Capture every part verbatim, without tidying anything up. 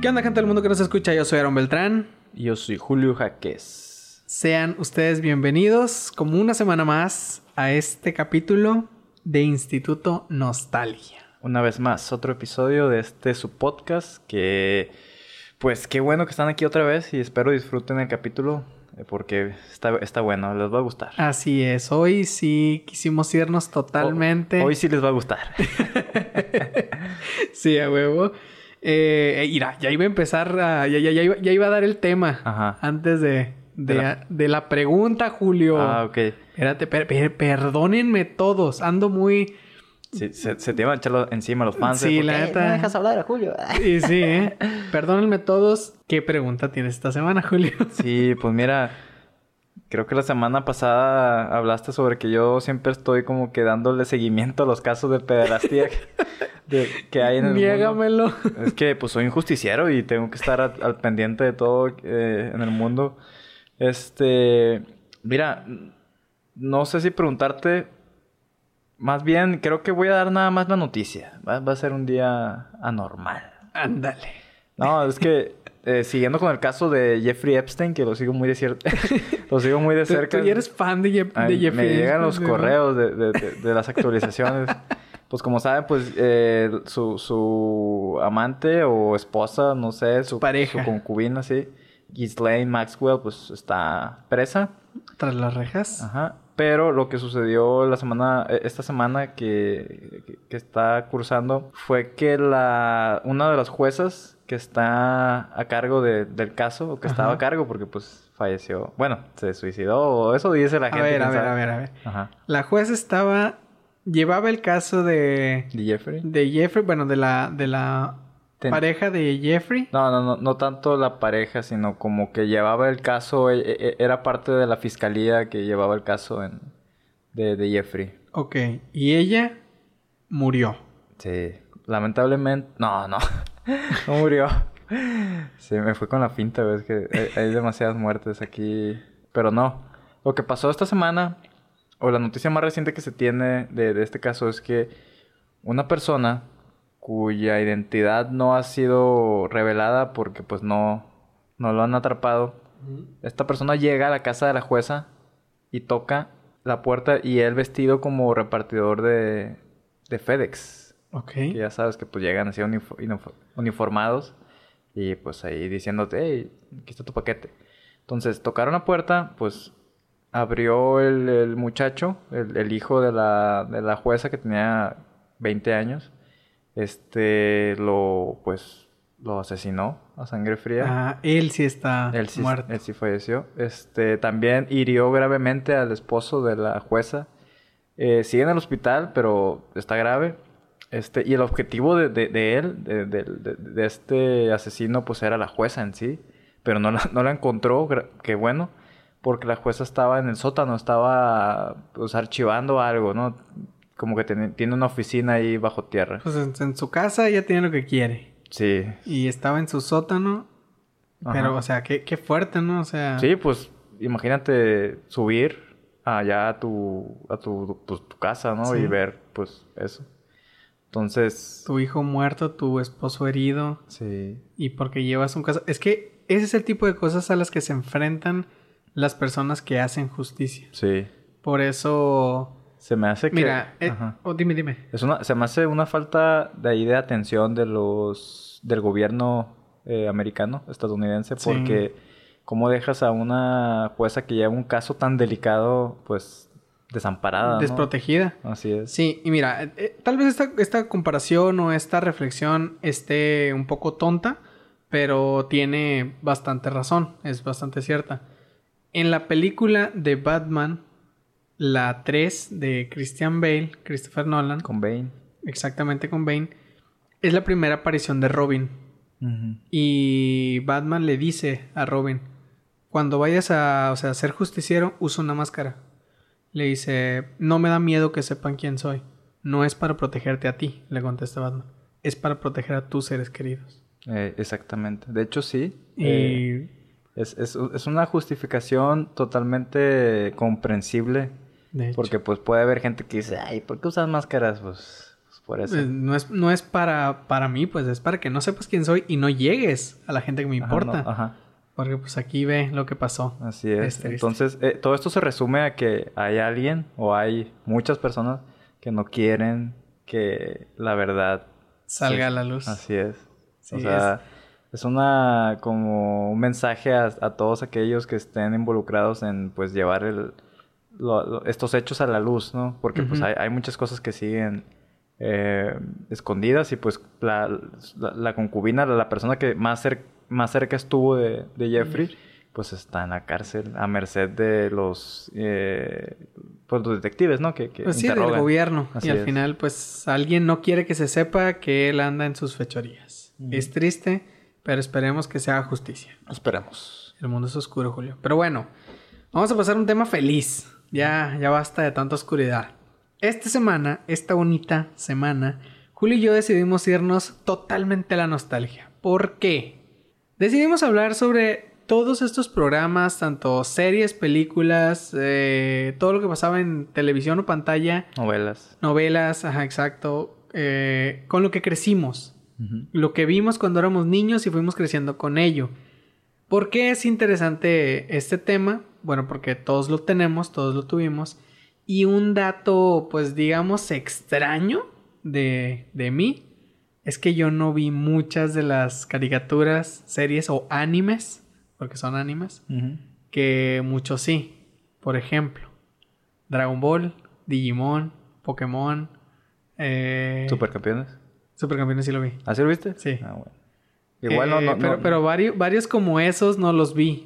¿Qué onda, gente del mundo que nos escucha? Yo soy Aaron Beltrán. Y yo soy Julio Jaques. Sean ustedes bienvenidos, como una semana más, a este capítulo de Instituto Nostalgia. Una vez más, otro episodio de este su podcast que... Pues qué bueno que están aquí otra vez y espero disfruten el capítulo porque está, está bueno, les va a gustar. Así es, hoy sí quisimos irnos totalmente... O, hoy sí les va a gustar. Sí, a huevo. Eh, mira, ya iba a empezar, a, ya, ya, ya, iba, ya iba a dar el tema. Ajá. Antes de, de, de, la... de la pregunta, Julio. Ah, ok. Espérate, per, per, perdónenme todos, ando muy... Sí, se, se te iban a echar encima los fans. Sí, ¿eh? la neta. ¿No dejas hablar a Julio? Sí, sí, ¿eh? Perdónenme todos. ¿Qué pregunta tienes esta semana, Julio? Sí, pues mira... Creo que la semana pasada hablaste sobre que yo siempre estoy como que dándole seguimiento a los casos de pederastía que, de, que hay en el Niégamelo. mundo. Es que pues soy un justiciero y tengo que estar a, al pendiente de todo eh, en el mundo. Este... Mira, no sé si preguntarte... Más bien, creo que voy a dar nada más la noticia. Va, va a ser un día anormal. Ándale. No, es que... Eh, siguiendo con el caso de Jeffrey Epstein, que lo sigo muy de cierto, lo sigo muy de cerca. ¿Tú, tú eres fan de, Je- Ay, de Jeffrey? Me llegan Epstein, los ¿no? correos de, de, de, de las actualizaciones. Pues como saben, pues eh, su, su amante o esposa, no sé, su pareja, su concubina, sí, Ghislaine Maxwell, pues está presa. ¿Tras las rejas? Ajá. Pero lo que sucedió la semana, esta semana que, que, que está cursando fue que la una de las juezas que está a cargo de, del caso, o que Ajá. estaba a cargo porque pues falleció, bueno, se suicidó, o eso dice la a gente. Ver, a ver, sabe. a ver, a ver, Ajá. La jueza estaba, llevaba el caso de... ¿De Jeffrey? De Jeffrey, bueno, de la, de la Ten... pareja de Jeffrey. No, no, no, no tanto la pareja, sino como que llevaba el caso, e, e, era parte de la fiscalía que llevaba el caso en, de, de Jeffrey. Ok, y ella murió. Sí, lamentablemente, no, no. No murió. Sí, me fui con la finta, ves que hay, hay demasiadas muertes aquí. Pero no. Lo que pasó esta semana, o la noticia más reciente que se tiene de, de este caso, es que una persona cuya identidad no ha sido revelada porque pues no, no lo han atrapado. Uh-huh. Esta persona llega a la casa de la jueza y toca la puerta y él vestido como repartidor de, de FedEx. Okay. Que ya sabes que pues llegan así unif- uniformados y pues ahí diciéndote, hey, aquí está tu paquete. Entonces tocaron la puerta, pues abrió el, el muchacho, el, el hijo de la, de la jueza que tenía veinte años. Este, lo, pues, lo asesinó a sangre fría. Ah, él sí está él sí, muerto. Él sí falleció. Este, también hirió gravemente al esposo de la jueza. Eh, sigue en el hospital, pero está grave. Este, y el objetivo de, de, de él, de, de, de, de este asesino, pues era la jueza en sí. Pero no la, no la encontró, qué bueno, porque la jueza estaba en el sótano, estaba pues archivando algo, ¿no? Como que ten, tiene una oficina ahí bajo tierra. Pues en, en su casa ella tiene lo que quiere. Sí. Y estaba en su sótano. Ajá. Pero, o sea, qué, qué fuerte, ¿no? O sea... Sí, pues imagínate subir allá a tu, a tu, tu, tu casa, ¿no? Sí. Y ver, pues, eso. Entonces... Tu hijo muerto, tu esposo herido. Sí. Y porque llevas un caso... Es que ese es el tipo de cosas a las que se enfrentan las personas que hacen justicia. Sí. Por eso... Se me hace que... Mira, eh, oh, dime, dime. Es una, se me hace una falta de ahí de atención de los... del gobierno eh, americano, estadounidense, porque... Sí. ¿Cómo dejas a una jueza que lleva un caso tan delicado, pues... desamparada, desprotegida. ¿no? Así es. Sí, y mira, eh, tal vez esta, esta comparación o esta reflexión esté un poco tonta, pero tiene bastante razón, es bastante cierta. En la película de Batman, la tres de Christian Bale, Christopher Nolan. Con Bane. Exactamente, con Bane. Es la primera aparición de Robin. Uh-huh. Y Batman le dice a Robin, cuando vayas a, o sea, a ser justiciero, usa una máscara. Le dice, no me da miedo que sepan quién soy. No es para protegerte a ti, le contesta Batman. Es para proteger a tus seres queridos. Eh, exactamente. De hecho, sí. Y... Eh, es, es, es una justificación totalmente comprensible. De hecho. Porque pues puede haber gente que dice, ay, ¿por qué usas máscaras? Pues, por eso. Pues, no es, no es para, para mí, pues es para que no sepas quién soy y no llegues a la gente que me importa. Ajá, no, ajá. Porque pues aquí ve lo que pasó. Así es. es Entonces, eh, todo esto se resume a que hay alguien o hay muchas personas que no quieren que la verdad salga se... a la luz. Así es. Sí, o sea, es, es una como un mensaje a, a todos aquellos que estén involucrados en pues llevar el, lo, lo, estos hechos a la luz, ¿no? Porque uh-huh. pues hay, hay muchas cosas que siguen eh, escondidas y pues la, la, la concubina, la, la persona que más cerca más cerca estuvo de, de Jeffrey, sí. pues está en la cárcel a merced de los eh, pues los detectives, ¿no? Que, que pues sí, del gobierno. Así y al es. final, pues, alguien no quiere que se sepa que él anda en sus fechorías. Uh-huh. Es triste, pero esperemos que se haga justicia. Esperemos. El mundo es oscuro, Julio. Pero bueno, vamos a pasar a un tema feliz. Ya, ya basta de tanta oscuridad. Esta semana, esta bonita semana, Julio y yo decidimos irnos totalmente a la nostalgia. ¿Por qué? Decidimos hablar sobre todos estos programas, tanto series, películas, eh, todo lo que pasaba en televisión o pantalla. Novelas. Novelas, ajá, exacto. Eh, con lo que crecimos. Uh-huh. Lo que vimos cuando éramos niños y fuimos creciendo con ello. ¿Por qué es interesante este tema? Bueno, porque todos lo tenemos, todos lo tuvimos. Y un dato, pues digamos, extraño de, de mí. Es que yo no vi muchas de las caricaturas, series o animes, porque son animes, uh-huh. que muchos sí. Por ejemplo, Dragon Ball, Digimon, Pokémon. Eh... ¿Supercampeones? Supercampeones sí lo vi. ¿Ah, sí lo viste? Sí. Ah, bueno. Igual eh, no, no, Pero, no, pero varios, varios como esos no los vi.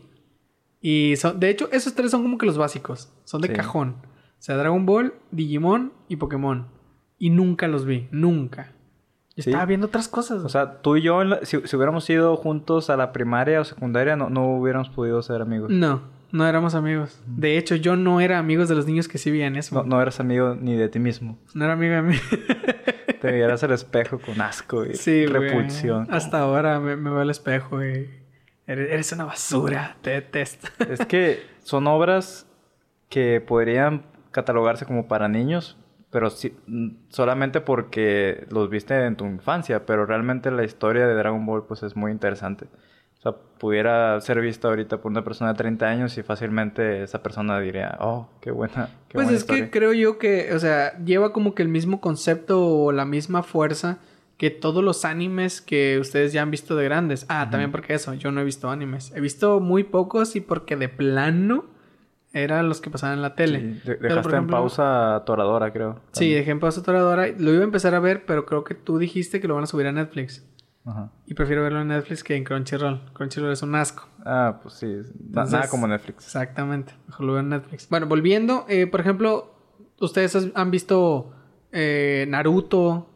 Y son, de hecho, esos tres son como que los básicos. Son de sí. cajón. O sea, Dragon Ball, Digimon y Pokémon. Y nunca los vi. Nunca. Yo ¿Sí? estaba viendo otras cosas. O sea, tú y yo, si, si hubiéramos ido juntos a la primaria o secundaria, no, no hubiéramos podido ser amigos. No, no éramos amigos. De hecho, yo no era amigo de los niños que sí veían eso. No, no eras amigo ni de ti mismo. No era amigo de mí. Te veías al espejo con asco y sí, repulsión. Güey. Hasta ahora me, me veo al espejo y... Eres, eres una basura. Te detesto. Es que son obras que podrían catalogarse como para niños... Pero sí, solamente porque los viste en tu infancia. Pero realmente la historia de Dragon Ball pues es muy interesante. O sea, pudiera ser vista ahorita por una persona de treinta años y fácilmente esa persona diría, oh, qué buena, qué pues buena es historia. Que creo yo que, o sea, lleva como que el mismo concepto o la misma fuerza que todos los animes que ustedes ya han visto de grandes. Ah, uh-huh. También porque eso, yo no he visto animes. He visto muy pocos y porque de plano... Eran los que pasaban en la tele. Sí, de- dejaste pero, ejemplo, en pausa Toradora, creo. También. Sí, dejé en pausa Toradora. Lo iba a empezar a ver, pero creo que tú dijiste que lo van a subir a Netflix. Ajá. Y prefiero verlo en Netflix que en Crunchyroll. Crunchyroll es un asco. Ah, pues sí. Entonces, nada como Netflix. Exactamente. Mejor lo veo en Netflix. Bueno, volviendo. Eh, por ejemplo, ustedes han visto eh, Naruto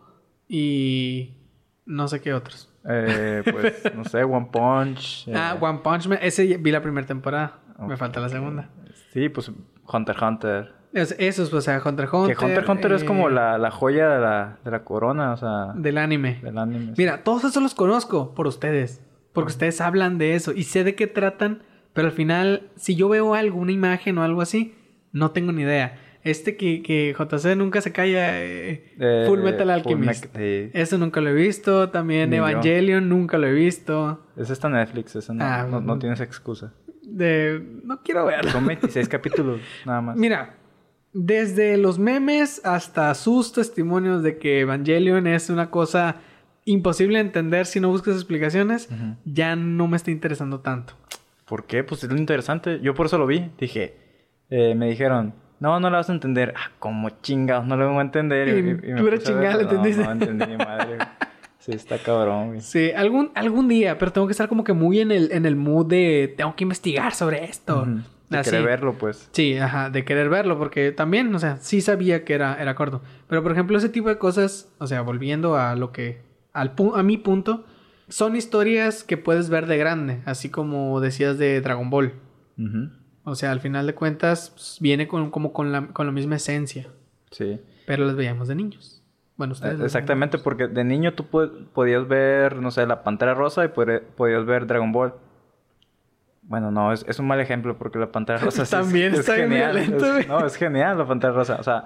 y no sé qué otros. Eh, pues, no sé, One Punch. Eh... Ah, One Punch Man. Ese vi la primera temporada. Okay. Me falta la segunda. Sí, pues Hunter x Hunter. Es, esos, pues, o sea, Hunter x Hunter. Que Hunter x Hunter eh... es como la, la joya de la, de la corona, o sea... Del anime. Del anime. Mira, sí. Todos esos los conozco por ustedes. Porque ustedes hablan de eso. Y sé de qué tratan. Pero al final, si yo veo algo, una imagen o algo así, no tengo ni idea. Este que, que J C nunca se calla, eh, eh, Full Metal Alchemist. Full Me- sí. Eso nunca lo he visto. También ni Evangelion, yo. Nunca lo he visto. Ese está en Netflix, ese no, ah, no, no tienes excusa. De... No quiero verlo. Son veintiséis capítulos, nada más. Mira, desde los memes hasta sus testimonios de que Evangelion es una cosa imposible de entender si no buscas explicaciones, uh-huh. ya no me está interesando tanto. ¿Por qué? Pues es lo interesante. Yo por eso lo vi. Dije, eh, me dijeron, no, no lo vas a entender. Ah, como chingados, no lo voy a entender. Y, y, y tú eres chingada, ¿entendiste? No, no entendí ni madre. Sí, está cabrón, güey. Sí, algún, algún día, pero tengo que estar como que muy en el, en el mood de tengo que investigar sobre esto. Uh-huh. De Así. querer verlo, pues. Sí, ajá, de querer verlo, porque también, o sea, sí sabía que era, era corto. Pero, por ejemplo, ese tipo de cosas, o sea, volviendo a lo que, al pu- a mi punto, son historias que puedes ver de grande, así como decías de Dragon Ball. Uh-huh. O sea, al final de cuentas, pues, viene con, como con la, con la misma esencia. Sí. Pero las veíamos de niños. Bueno, ustedes... Exactamente, porque de niño tú pod- podías ver, no sé, la Pantera Rosa y pod- podías ver Dragon Ball. Bueno, no, es, es un mal ejemplo porque la Pantera Rosa sí también es, está es genial. Violento, es, no, es genial la Pantera Rosa. O sea,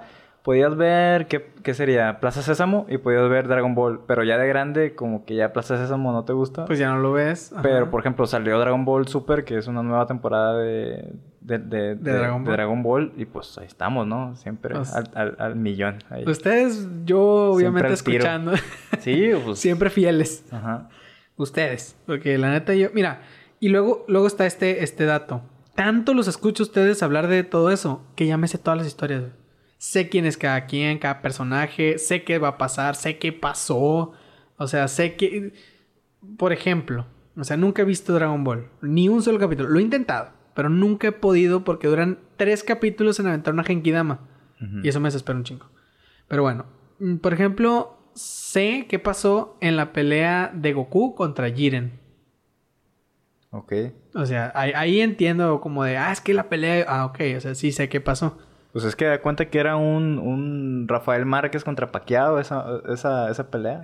podías ver, ¿qué, qué sería? Plaza Sésamo y podías ver Dragon Ball. Pero ya de grande, como que ya Plaza Sésamo no te gusta. Pues ya no lo ves. Ajá. Pero, por ejemplo, salió Dragon Ball Super, que es una nueva temporada de, de, de, de, de, Dragon, de Ball. Dragon Ball. Y pues ahí estamos, ¿no? Siempre pues, al, al, al millón. Ahí. Ustedes, yo obviamente escuchando. Sí, pues... Siempre fieles. Ajá. Ustedes. Porque la neta yo... Mira, y luego, luego está este, este dato. Tanto los escucho a ustedes hablar de todo eso, que ya me sé todas las historias, güey. Sé quién es cada quien, cada personaje. Sé qué va a pasar. Sé qué pasó. O sea, sé que... Por ejemplo... O sea, nunca he visto Dragon Ball. Ni un solo capítulo. Lo he intentado. Pero nunca he podido porque duran tres capítulos en aventar una Genkidama. Uh-huh. Y eso me desespera un chingo. Pero bueno. Por ejemplo... Sé qué pasó en la pelea de Goku contra Jiren. Ok. O sea, ahí, ahí entiendo como de... Ah, es que la pelea... Ah, ok. O sea, sí sé qué pasó. Pues es que da cuenta que era un, un Rafael Márquez contra Pacquiao esa, esa, esa pelea.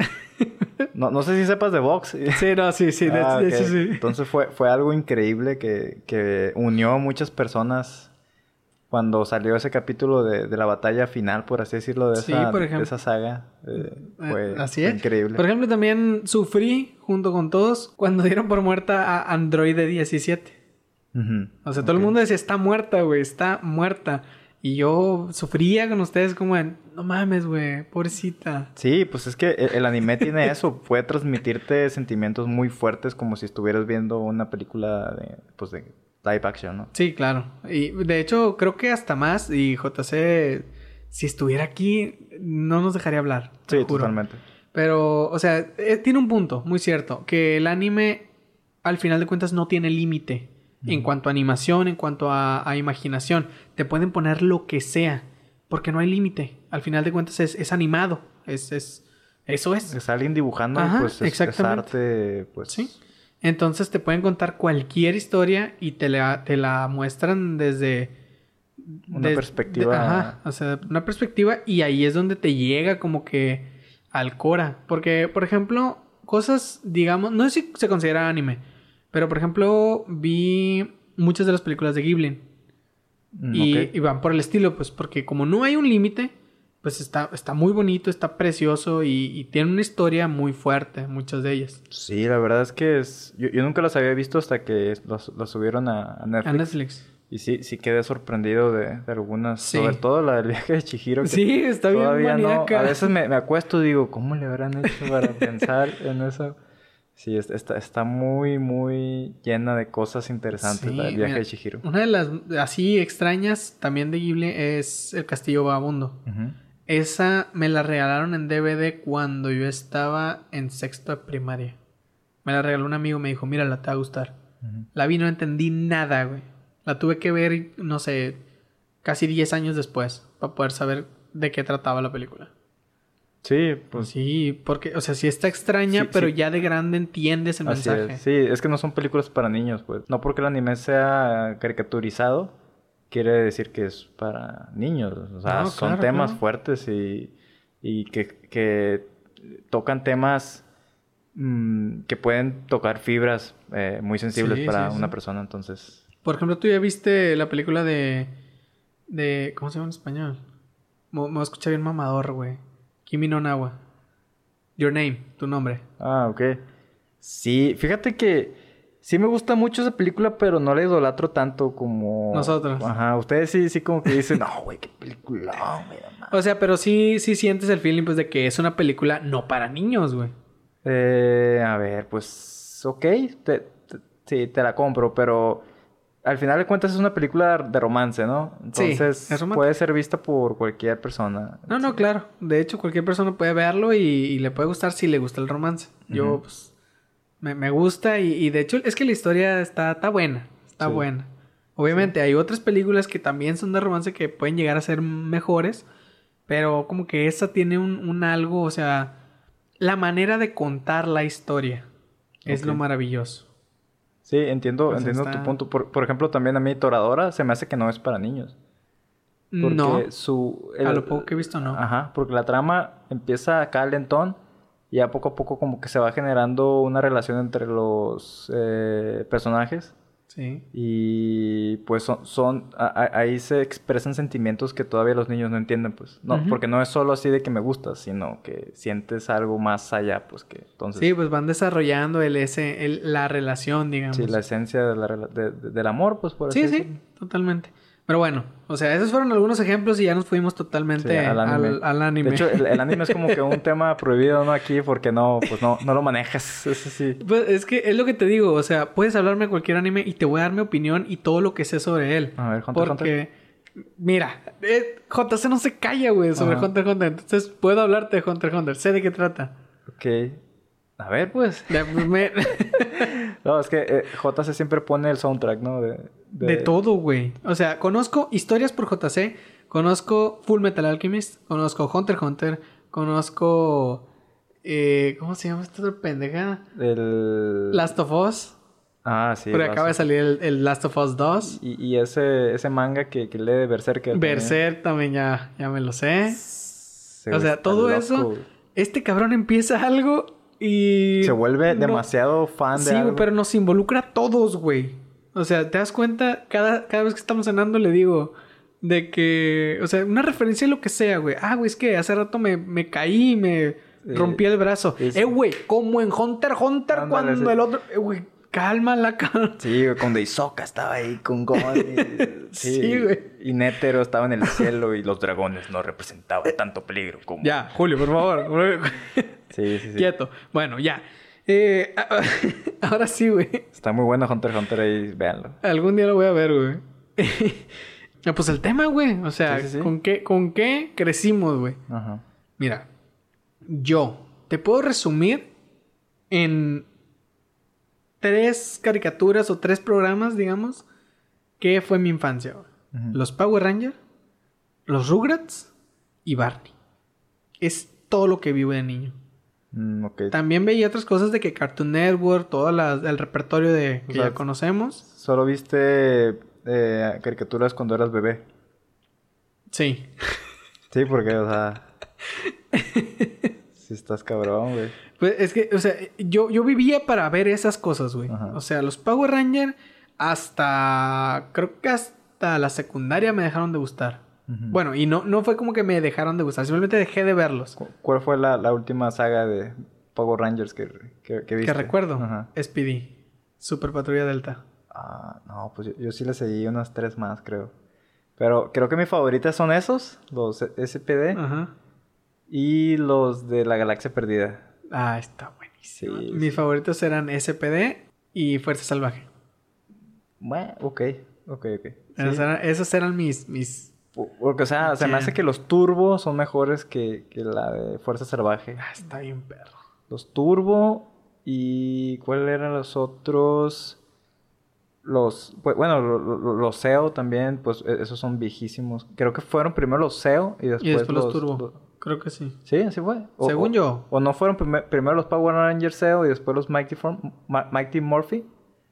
No, no sé si sepas de box. Sí, no, sí, sí. Ah, de, okay. de hecho, sí. Entonces fue, fue algo increíble que, que unió a muchas personas cuando salió ese capítulo de, de la batalla final, por así decirlo, de, sí, esa, por ejemplo. de esa saga. Eh, fue, así fue es. Increíble. Por ejemplo, también sufrí junto con todos cuando dieron por muerta a Androide diecisiete. Uh-huh. O sea, todo okay. el mundo decía, está muerta, güey, está muerta. Y yo sufría con ustedes como en, no mames, güey, pobrecita. Sí, pues es que el, el anime tiene eso. Puede transmitirte sentimientos muy fuertes como si estuvieras viendo una película de, pues de live action, ¿no? Sí, claro. Y de hecho, creo que hasta más. Y J C, si estuviera aquí, no nos dejaría hablar. Sí, juro. Totalmente. Pero, o sea, eh, tiene un punto muy cierto. Que el anime, al final de cuentas, no tiene límite. En cuanto a animación, en cuanto a, a imaginación. Te pueden poner lo que sea. Porque no hay límite. Al final de cuentas es, es animado. Es, es, eso es. Es alguien dibujando. Ajá, pues es, es arte. Pues... Sí. Entonces te pueden contar cualquier historia. Y te la, te la muestran desde... Una de, perspectiva. De, ajá. O sea, una perspectiva. Y ahí es donde te llega como que al cora. Porque, por ejemplo, cosas, digamos... No sé si se considera anime. Pero, por ejemplo, vi muchas de las películas de Ghibli. Mm, y, okay. y van por el estilo, pues, porque como no hay un límite, pues está, está muy bonito, está precioso y, y tiene una historia muy fuerte, muchas de ellas. Sí, la verdad es que es... Yo, yo nunca las había visto hasta que las, las subieron a, a Netflix. A Netflix. Y sí, sí quedé sorprendido de, de algunas. Sí. Sobre todo la del viaje de Chihiro. Que sí, está bien maníaca. No, a veces me, me acuesto y digo, ¿cómo le habrán hecho para pensar en eso? Sí, está, está muy, muy llena de cosas interesantes, sí, la del viaje mira, de Chihiro. Una de las así extrañas también de Ghibli es El Castillo Vagabundo. Uh-huh. Esa me la regalaron en D V D cuando yo estaba en sexto de primaria. Me la regaló un amigo, me dijo, mírala, te va a gustar. Uh-huh. La vi, no entendí nada, güey. La tuve que ver, no sé, casi diez años después para poder saber de qué trataba la película. Sí, pues... Sí, porque, o sea, sí está extraña, sí, pero sí. Ya de grande entiendes el Así mensaje. Es. Sí, es que no son películas para niños, pues. No porque el anime sea caricaturizado, quiere decir que es para niños. O sea, no, son claro, temas claro. fuertes y, y que, que tocan temas mmm, que pueden tocar fibras eh, muy sensibles sí, para sí, una sí. persona, entonces... Por ejemplo, ¿tú ya viste la película de... de ¿cómo se llama en español? Me, me voy a escuchar bien mamador, güey. Kimi no Nawa. Your Name, tu nombre. Ah, ok. Sí, fíjate que sí me gusta mucho esa película, pero no la idolatro tanto como... Nosotros. Ajá, ustedes sí, sí como que dicen, no, güey, qué película, güey. O sea, pero sí, sí sientes el feeling, pues, de que es una película no para niños, güey. Eh, a ver, pues, ok, te, te, sí, te la compro, pero... Al final de cuentas es una película de romance, ¿no? Entonces sí, es puede ser vista por cualquier persona. No, no, claro. De hecho, cualquier persona puede verlo y, y le puede gustar si le gusta el romance. Uh-huh. Yo, pues, me, me gusta y, y de hecho es que la historia está, está buena. Está sí. buena. Obviamente sí. Hay otras películas que también son de romance que pueden llegar a ser mejores, pero como que esa tiene un, un algo, o sea, la manera de contar la historia es okay. Lo maravilloso. Sí, entiendo, pues entiendo está... tu punto. Por, por ejemplo, también a mí Toradora se me hace que no es para niños. Porque no, su, el, a lo poco que he visto no. Ajá, porque la trama empieza acá lentón y a poco a poco como que se va generando una relación entre los eh, personajes. Sí. Y pues son, son a, a, ahí se expresan sentimientos que todavía los niños no entienden, pues. No, uh-huh. Porque no es solo así de que me gusta, sino que sientes algo más allá, pues que entonces... Sí, pues van desarrollando el ese, el, la relación, digamos. Sí, la esencia de la, de, de, del amor, pues por así Sí, decirlo. Sí, totalmente. Pero bueno, o sea, esos fueron algunos ejemplos y ya nos fuimos totalmente sí, al, anime. Al, al anime. De hecho, el, el anime es como que un tema prohibido, ¿no? Aquí, porque no, pues no, no lo manejas. Eso sí. Pues es que es lo que te digo, o sea, puedes hablarme de cualquier anime y te voy a dar mi opinión y todo lo que sé sobre él. A ver, Hunter, porque, Hunter. Mira, eh, J C no se calla, güey, sobre Ajá. Hunter x Hunter. Entonces, puedo hablarte de Hunter x Hunter. Sé de qué trata. Ok. A ver, pues. De, me... no, es que eh, J C siempre pone el soundtrack, ¿no? De, de... de todo, güey. O sea, conozco historias por J C. Conozco Full Metal Alchemist. Conozco Hunter x Hunter. Conozco... Eh, ¿Cómo se llama esta otra pendeja? El... Last of Us. Ah, sí. Porque acaba de salir el, el Last of Us dos. Y, y ese, ese manga que, que lee de Berserker. Berserk también, también ya, ya me lo sé. Se o sea, todo loco. Eso... Este cabrón empieza algo... Y... Se vuelve no, demasiado fan de sí, algo. Sí, pero nos involucra a todos, güey. O sea, ¿te das cuenta? Cada, cada vez que estamos cenando le digo... De que... O sea, una referencia a lo que sea, güey. Ah, güey, es que hace rato me, me caí y me sí. rompí el brazo. Sí, sí. Eh, güey, como en Hunter x Hunter Ándale, cuando sí. el otro... Eh, güey, cálmala, calma. Sí, güey, cuando Hisoka estaba ahí con Gon. Y... sí, güey. Y Nétero estaba en el cielo y los dragones no representaban tanto peligro como... Ya, Julio, por favor. Sí, sí, sí. Quieto. Bueno, ya. Eh, ahora sí, güey. Está muy bueno Hunter x Hunter ahí, véanlo. Algún día lo voy a ver, güey. Pues el tema, güey. O sea, sí, sí, sí. ¿con qué, con qué crecimos, güey? Ajá. Mira, yo te puedo resumir en tres caricaturas o tres programas, digamos, que fue mi infancia, güey. Uh-huh. Los Power Rangers, los Rugrats y Barney. Es todo lo que vivo de niño. Mm, okay. También veía otras cosas de que Cartoon Network, todo la, el repertorio de que o sea, ya conocemos. ¿Solo viste eh, caricaturas cuando eras bebé? Sí. Sí, porque, o sea... sí estás cabrón, güey. Pues es que, o sea, yo, yo vivía para ver esas cosas, güey. Ajá. O sea, los Power Rangers hasta... Creo que hasta la secundaria me dejaron de gustar. Uh-huh. Bueno, y no, no fue como que me dejaron de gustar. Simplemente dejé de verlos. ¿Cuál fue la, la última saga de Power Rangers que, que, que viste? Que recuerdo. Ajá. Speedy. Super Patrulla Delta. Ah, no, pues yo, yo sí le seguí unas tres más, creo. Pero creo que mis favoritas son esos. Los S P D. Ajá. Y los de la Galaxia Perdida. Ah, está buenísimo. Sí, mis sí. favoritos eran S P D y Fuerza Salvaje. Bueno, ok. Ok, ok. Esos, sí. eran, esos eran mis... mis... Porque, o sea, se me hace que los Turbo son mejores que, que la de Fuerza Salvaje. Ah, está bien perro. Los Turbo y... ¿Cuáles eran los otros? Los... Pues, bueno, los, los S E O también, pues esos son viejísimos. Creo que fueron primero los S E O y después, y después los, los Turbo. Los... Creo que sí. ¿Sí? ¿Así fue? O, Según o, yo. ¿O no fueron prim- primero los Power Rangers S E O y después los Mighty, Form- Ma- Mighty Morphy?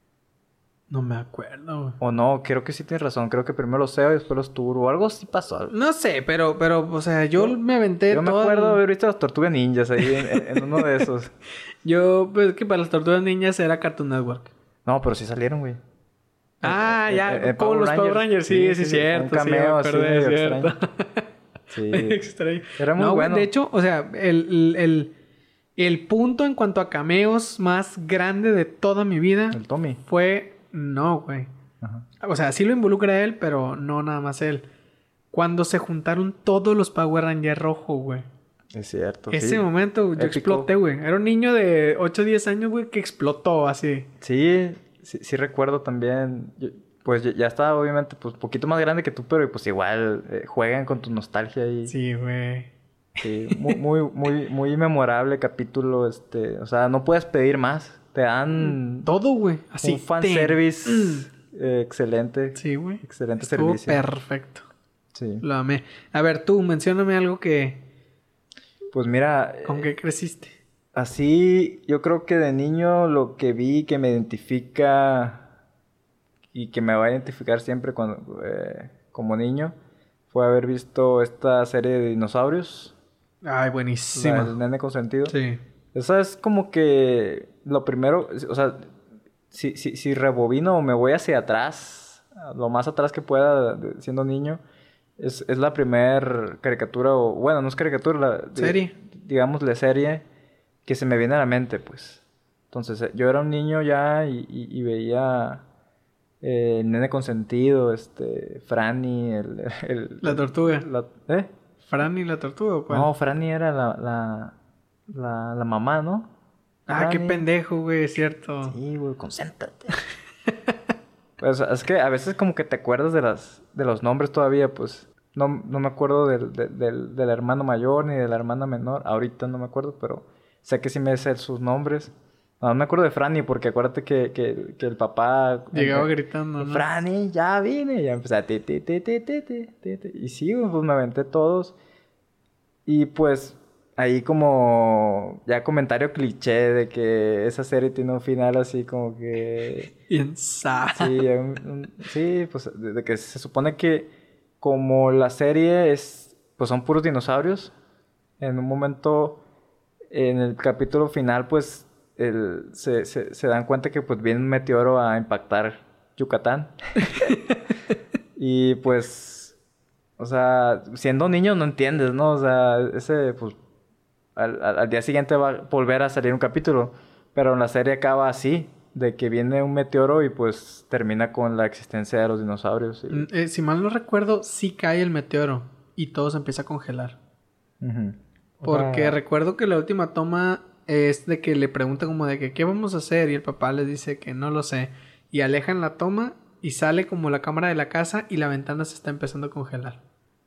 No me acuerdo, güey. O no, creo que sí tienes razón. Creo que primero los S E O y después los Turbo. Algo sí pasó. No sé, pero, pero, o sea, yo, yo me aventé Yo me todo acuerdo el... de haber visto las Tortugas Ninjas ahí en, en uno de esos. Yo, pues, que para las Tortugas Ninjas era Cartoon Network. No, pero sí salieron, güey. Ah, el, ya, el, el como Power los Rangers. Power Rangers. Sí, sí, sí, sí cierto. Un cameo sí, así medio extraño. Sí. extraño. Era muy no, bueno. De hecho, o sea, el, el, el, el punto en cuanto a cameos más grande de toda mi vida... El Tommy. Fue... No, güey. Ajá. O sea, sí lo involucra a él, pero no nada más él. Cuando se juntaron todos los Power Rangers rojos, güey. Es cierto, Ese sí. momento yo Épico. exploté, güey. Era un niño de ocho o diez años, güey, que explotó así. Sí, sí, sí recuerdo también... Yo, pues ya estaba obviamente pues poquito más grande que tú, pero pues igual eh, juegan con tu nostalgia y... Sí, güey. Sí, muy, muy, muy, muy memorable capítulo, este... O sea, no puedes pedir más. Te dan... Todo, güey. Así. Un fanservice mm. eh, excelente. Sí, güey. Excelente Estuvo servicio. Perfecto. Sí. Lo amé. A ver, tú, mencióname algo que... Pues mira... ¿Con eh, qué creciste? Así, yo creo que de niño lo que vi que me identifica... Y que me va a identificar siempre cuando, eh, como niño... Fue haber visto esta serie de dinosaurios. Ay, buenísima. El nene consentido. Sí. Esa es como que... Lo primero... O sea... si, si, si rebobino o me voy hacia atrás, lo más atrás que pueda de, siendo niño, es, es la primer caricatura, o bueno, no es caricatura, la serie. Digamos la serie que se me viene a la mente, pues. Entonces, yo era un niño ya y, y, y veía eh, el nene consentido, este, Franny, el... el la tortuga. La, ¿Eh? ¿Franny la tortuga o cuál? No, Franny era la, la, la, la mamá, ¿no? Ah, Franny. qué pendejo, güey, es cierto. Sí, güey, concéntrate. Pues es que a veces como que te acuerdas de las de los nombres todavía, pues. No, no me acuerdo del, del, del, del hermano mayor ni de la hermana menor. Ahorita no me acuerdo, pero sé que sí me sé sus nombres. No, no me acuerdo de Franny porque acuérdate que, que, que el papá... Llegaba el, gritando, ¿no? Franny, ya vine. Y ya empecé a... Ti, ti, ti, ti, ti, ti, ti. Y sí, pues me aventé todos. Y pues ahí como... Ya comentario cliché de que esa serie tiene un final así como que... Bien sad. Sí, un, un, sí, pues de, de que se supone que como la serie es... Pues son puros dinosaurios. En un momento... En el capítulo final, pues... El, se, se, se dan cuenta que pues viene un meteoro a impactar Yucatán. Y pues, o sea, siendo niño no entiendes, ¿no? O sea, ese, pues, al, al, al día siguiente va a volver a salir un capítulo. Pero la serie acaba así, de que viene un meteoro y pues termina con la existencia de los dinosaurios. Y... Eh, si mal no recuerdo, sí cae el meteoro y todo se empieza a congelar. Uh-huh. Porque sea... recuerdo que la última toma... es de que le pregunta como de que ¿qué vamos a hacer? Y el papá les dice que no lo sé. Y alejan la toma y sale como la cámara de la casa y la ventana se está empezando a congelar.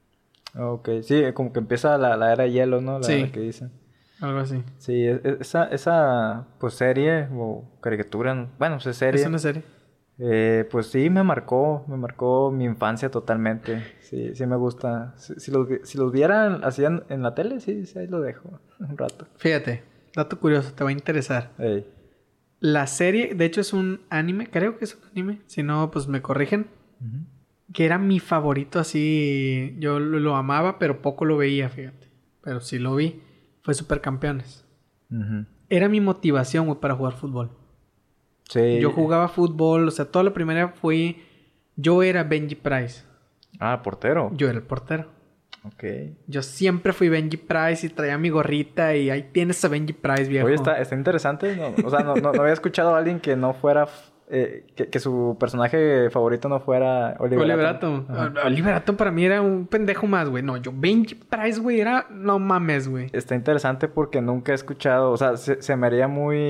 Ok, sí, como que empieza la, la era de hielo, ¿no? La, sí. la que dicen. Algo así. Sí, esa, esa pues serie o caricatura, bueno, pues es serie. Es una serie. Eh, pues sí, me marcó, me marcó mi infancia totalmente. Sí, sí me gusta. Si, si los, si los vieran así en, en la tele, sí, sí, ahí lo dejo un rato. Fíjate. Dato curioso, te va a interesar. Ey. La serie, de hecho es un anime, creo que es un anime, si no, pues me corrigen. Uh-huh. Que era mi favorito así, yo lo, lo amaba, pero poco lo veía, fíjate. Pero sí lo vi, fue Supercampeones. Uh-huh. Era mi motivación, güey, para jugar fútbol. Sí. Yo jugaba fútbol, o sea, toda la primera fui, yo era Benji Price. Ah, portero. Yo era el portero. Ok. Yo siempre fui Benji Price y traía mi gorrita y ahí tienes a Benji Price, viejo. Oye, está, está interesante. No, o sea, no, no, no había escuchado a alguien que no fuera... Eh, que, que su personaje favorito no fuera Oliver, Oliver Atom. Atom. Oliver Atom para mí era un pendejo más, güey. No, yo Benji Price, güey, era... No mames, güey. Está interesante porque nunca he escuchado... O sea, se, se me haría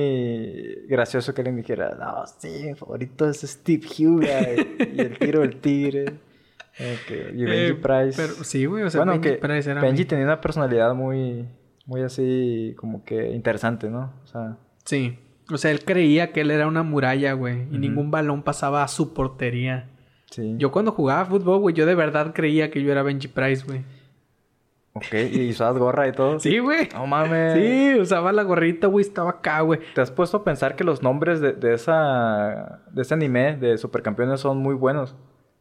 muy gracioso que alguien dijera... No, sí, mi favorito es Steve Huga y el tiro del tigre. Okay. Y Benji eh, Price... Pero, sí, güey. O sea, bueno, Benji que Price era... Benji muy... tenía una personalidad muy... Muy así... Como que interesante, ¿no? O sea... Sí. O sea, él creía que él era una muralla, güey. Y uh-huh. ningún balón pasaba a su portería. Sí. Yo cuando jugaba fútbol, güey, yo de verdad creía que yo era Benji Price, güey. Ok. ¿Y usabas gorra y todo? Sí, güey. No mames. Sí, usaba la gorrita, güey. Estaba acá, güey. ¿Te has puesto a pensar que los nombres de, de esa... De ese anime de Supercampeones son muy buenos?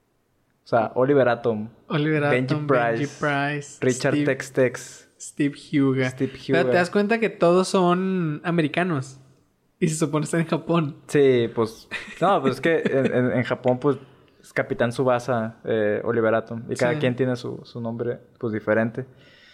O sea, Oliver Atom. Oliver Benji Atom, Price, Benji Price. Richard Steve, Tex Tex. Steve Huga. Steve Huga. Pero te das cuenta que todos son americanos. Y se supone estar en Japón. Sí, pues... No, pues es que en, en, en Japón, pues... Es Capitán Tsubasa, eh, Oliver Atom. Y cada sí. quien tiene su, su nombre, pues, diferente.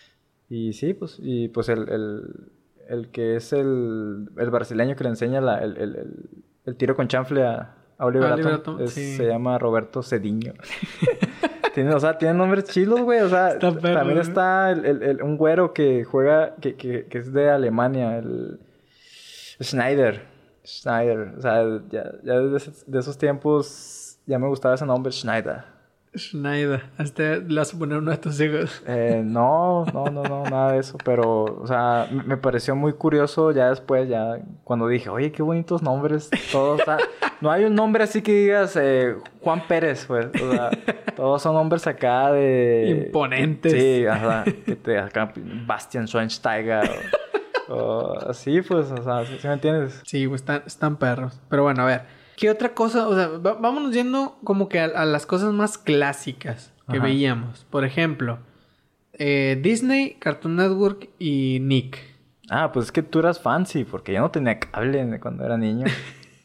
Y sí, pues... Y pues el... el, el que es el... El brasileño que le enseña la, el, el, el, el tiro con chanfle a... A Oliver, Oliver Atom, Atom es, sí. Se llama Roberto Cediño. tiene, o sea, tiene nombres chilos, güey. O sea, está perro, también güey. Está el, el, el, un güero que juega... Que, que, que es de Alemania. El... Schneider. Schneider. O sea, ya, ya desde de esos tiempos... Ya me gustaba ese nombre, Schneider. Schneider. Hasta le vas a poner uno de tus hijos. Eh, no, no, no, no, nada de eso. Pero, o sea, me pareció muy curioso ya después, ya cuando dije, oye, qué bonitos nombres. Todos, o sea, no hay un nombre así que digas eh, Juan Pérez, pues. O sea, todos son nombres acá de... Imponentes. Sí, ajá. Que te, acá, Bastian Schweinsteiger. O, o así, pues, o sea, ¿sí, ¿sí me entiendes? Sí, pues están, están perros. Pero bueno, a ver. ¿Qué otra cosa? O sea, va, vámonos yendo como que a, a las cosas más clásicas que Ajá. veíamos. Por ejemplo, eh, Disney, Cartoon Network y Nick. Ah, pues es que tú eras fancy, porque yo no tenía cable cuando era niño.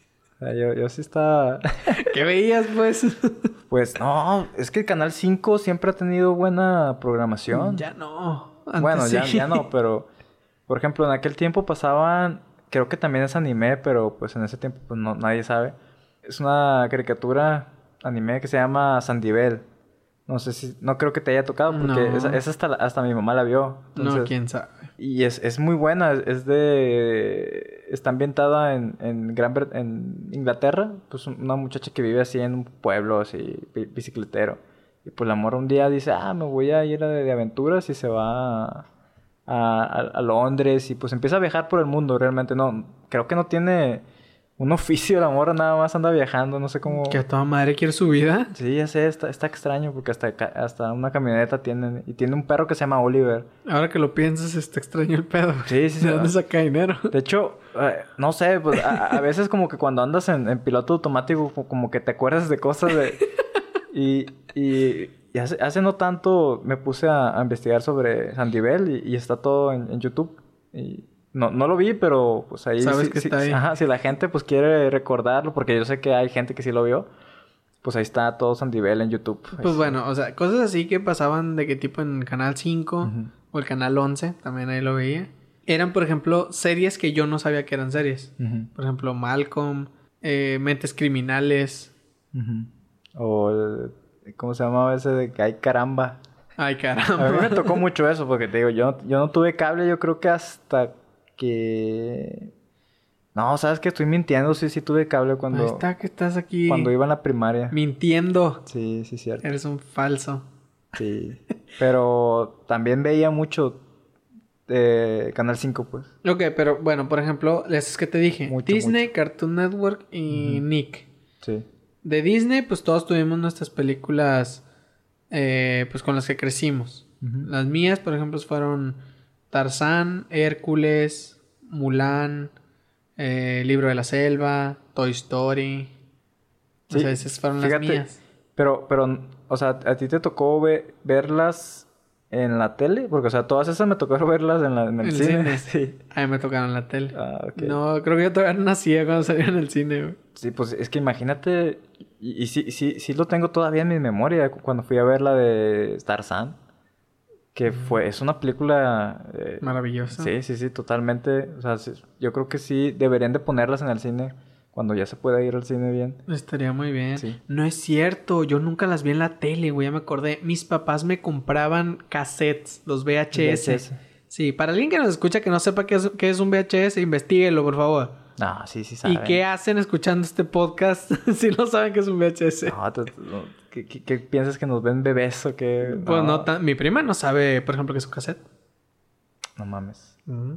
O sea, yo, yo sí estaba... ¿Qué veías, pues? Pues no, es que el Canal cinco siempre ha tenido buena programación. Ya no. Antes Bueno, ya, sí. ya no, pero... Por ejemplo, en aquel tiempo pasaban... Creo que también es anime, pero pues en ese tiempo pues no, nadie sabe. Es una caricatura anime que se llama Sandivel. No sé si... No creo que te haya tocado porque No. esa, esa hasta, la- hasta mi mamá la vio. Entonces, No, quién sabe. y es, es muy buena. Es de... Está ambientada en, en, Gran Bre- en Inglaterra. Pues una muchacha que vive así en un pueblo así, bi- bicicletero. Y pues la morra un día dice, ah, me voy a ir de, de aventuras y se va a, a, a Londres. Y pues empieza a viajar por el mundo realmente. No, creo que no tiene un oficio la morra, nada más anda viajando. No sé cómo... Que a toda madre quiere su vida. Sí, ya sé, está, está extraño porque hasta, ca- hasta una camioneta tienen. Y tiene un perro que se llama Oliver. Ahora que lo piensas, está extraño el pedo. Sí, sí, sí. ¿De dónde saca dinero? De hecho, eh, no sé, pues a, a veces como que cuando andas en, en piloto automático, co- como que te acuerdas de cosas de... Y, y, y hace, hace no tanto me puse a, a investigar sobre Sandivel y, y está todo en, en YouTube. Y no, no lo vi, pero pues ahí... Sabes sí- que sí- está ahí. Ajá, si la gente pues quiere recordarlo, porque yo sé que hay gente que sí lo vio, pues ahí está todo Sandivel en YouTube. Ahí Pues sí. bueno, o sea, cosas así que pasaban de que tipo en Canal cinco Ujú. o el Canal once, también ahí lo veía. Eran, por ejemplo, series que yo no sabía que eran series. Ujú, Por ejemplo, Malcolm, eh, Mentes Criminales. ujú. O el- ¿cómo se llamaba ese de que hay caramba? Ay, A mí me caramba. tocó mucho eso, porque te digo, yo, yo no tuve cable, yo creo que hasta que... No, sabes que estoy mintiendo, sí, sí tuve cable cuando, Ahí está, que estás aquí cuando iba en la primaria. mintiendo. Sí, sí, cierto. Eres un falso. Sí. Pero también veía mucho eh, Canal cinco, pues. Ok, pero bueno, por ejemplo, es que te dije. Mucho, Disney, Cartoon Network y Ujú. Nick. Sí. De Disney, pues todos tuvimos nuestras películas, eh, pues con las que crecimos. Ujú. Las mías, por ejemplo, fueron Tarzán, Hércules, Mulan, eh, Libro de la Selva, Toy Story. O Sí, sea, esas fueron fíjate, las mías. Pero, pero, o sea, ¿a ti te tocó ve- verlas en la tele? Porque, o sea, todas esas me tocó verlas en, la, en el, En el cine. cine. Sí. A mí me tocaron en la tele. Ah, ok. No, creo que yo todavía no nacía cuando salía en el cine, güey. Sí, pues es que imagínate, y, y sí, sí, sí lo tengo todavía en mi memoria, cu- cuando fui a ver la de Tarzán, que fue, es una película... eh, Maravilloso. sí, sí, sí, totalmente, o sea, sí, yo creo que sí deberían de ponerlas en el cine, cuando ya se pueda ir al cine bien. Estaría muy bien. Sí. No es cierto, yo nunca las vi en la tele, güey, ya me acordé. Mis papás me compraban cassettes, los V H S. V H S. Sí, para alguien que nos escucha que no sepa qué es, qué es un V H S, investíguelo, por favor. No, sí, sí ¿Y saben. qué hacen escuchando este podcast si no saben qué es un V H S? No, tú- tú- no, ¿qué, qué, qué piensas que nos ven bebés o qué? Pues no tan... Mi prima no sabe, por ejemplo, qué es un cassette. No mames.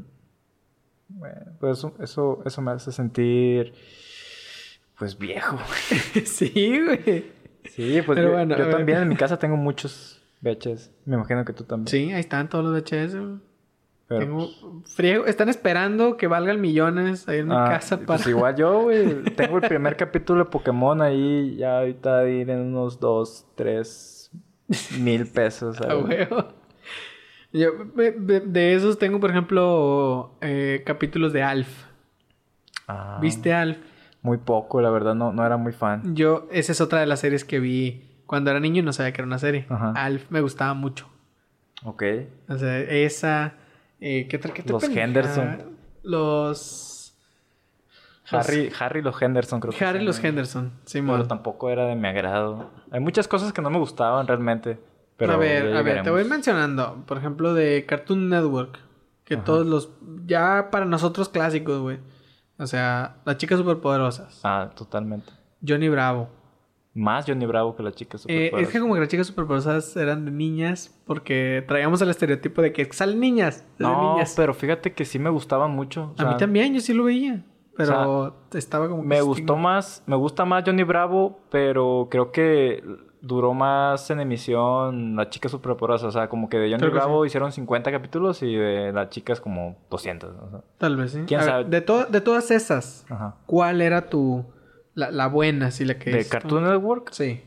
Bueno, pues eso, eso, eso me hace sentir, pues, viejo. Sí, güey. Sí, pues Pero yo, bueno, yo a ver. también en mi casa tengo muchos V H S. Me imagino que tú también. Sí, ahí están todos los V H S, güey. Pero, Tengo pues, friego. Están esperando que valgan millones ahí en mi ah, casa para... pues igual yo, güey. Tengo el primer capítulo de Pokémon ahí. Ya ahorita de ir en unos dos, tres mil pesos. A ¿sabes? huevo. Yo, de, de- de esos tengo, por ejemplo, eh, capítulos de Alf. Ah, ¿Viste Alf? Muy poco, la verdad. No, no era muy fan. Yo, esa es otra de las series que vi cuando era niño y no sabía que era una serie. Ajá. Alf me gustaba mucho. Ok. O sea, esa... Eh, ¿Qué otra? ¿Qué otra Los pendejada? Henderson. Los... Harry, Harry los Henderson, creo que Harry se los llaman. Henderson. Pero Simón. tampoco era de mi agrado. Hay muchas cosas que no me gustaban realmente. Pero a ver, ya a ver, te voy llegaremos. mencionando. Por ejemplo, de Cartoon Network. Que Ajá. todos los... Ya para nosotros clásicos, güey. O sea, las chicas superpoderosas. Ah, totalmente. Johnny Bravo. Más Johnny Bravo que la chica Eh, superpoderosa. es que como que las chicas superpoderosas eran de niñas. Porque traíamos el estereotipo de que salen niñas. es de No, niñas. pero fíjate que sí me gustaban mucho. o A mí sea, también, yo sí lo veía. Pero estaba como... que Me estigma- gustó más, me gusta más Johnny Bravo, pero creo que duró más en emisión La Chica Superpoderosa. O sea, como que de Johnny Creo que Bravo hicieron cincuenta capítulos y de La Chica es como doscientos. O sea, Tal vez, sí. ¿Quién A ver, sabe? de, to- de todas esas, ajá. ¿cuál era tu... La, la buena, sí, la que ¿De es- Cartoon Network? Sí.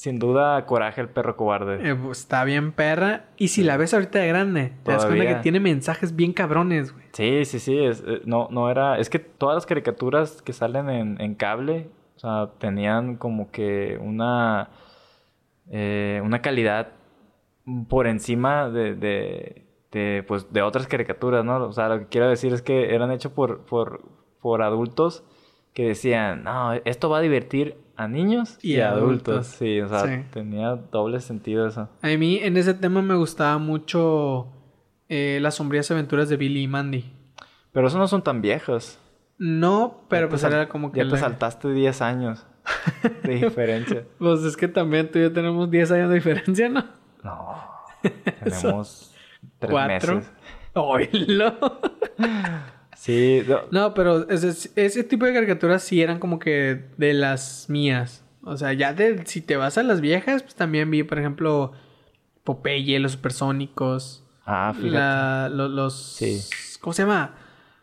sin duda, Coraje el perro cobarde. Eh, pues, está bien perra. Y si la ves ahorita de grande, te das Todavía. cuenta que tiene mensajes bien cabrones, güey. Sí, sí, sí. Es, eh, no, no era... Es que todas las caricaturas que salen en, en cable, o sea, tenían como que una... Eh, una calidad por encima de, de, de, pues, de otras caricaturas, ¿no? O sea, lo que quiero decir es que eran hechos por, por, por adultos que decían, no, esto va a divertir a niños y, y a adultos. adultos. Sí, o sea, sí. Tenía doble sentido eso. A mí en ese tema me gustaba mucho eh, Las sombrías aventuras de Billy y Mandy. Pero esos no son tan viejos. No, pero pues era como que... Ya te la... saltaste diez años de diferencia. Pues es que también tú y yo tenemos diez años de diferencia, ¿no? No, tenemos tres ¿Cuatro? meses. ¡Oílo! Sí. No, no pero ese, ese tipo de caricaturas sí eran como que de las mías. O sea, ya de... Si te vas a las viejas, pues también vi, por ejemplo, Popeye, Los Supersónicos. Ah, fíjate. La, los, los... Sí. ¿Cómo se llama?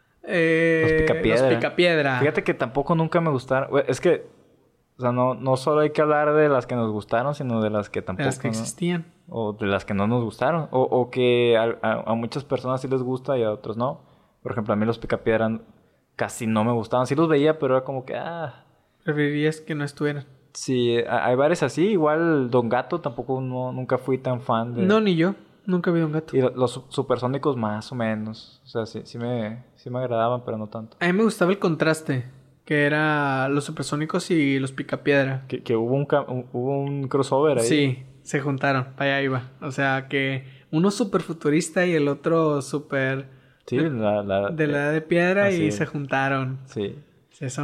Eh, los Picapiedra. Los Picapiedra. Fíjate que tampoco nunca me gustaron. Es que... O sea, no, no solo hay que hablar de las que nos gustaron, sino de las que tampoco... De las que existían. ¿no? O de las que no nos gustaron. O, o que a, a, a muchas personas sí les gusta y a otros no. Por ejemplo, a mí los Picapiedra casi no me gustaban. Sí los veía, pero era como que... ah Preferirías que no estuvieran. Sí, hay varios así. Igual Don Gato tampoco no, nunca fui tan fan de... No, ni yo. Nunca vi Don Gato. Y los Supersónicos más o menos. O sea, sí, sí, me, sí me agradaban, pero no tanto. A mí me gustaba el contraste. Que era los Supersónicos y los Picapiedra. Que, que hubo, un, un, hubo un crossover ahí. Sí, se juntaron. Para allá iba. O sea, que uno súper futurista y el otro súper... Sí, de la, la... De la edad de piedra y es. se juntaron. Sí. Eso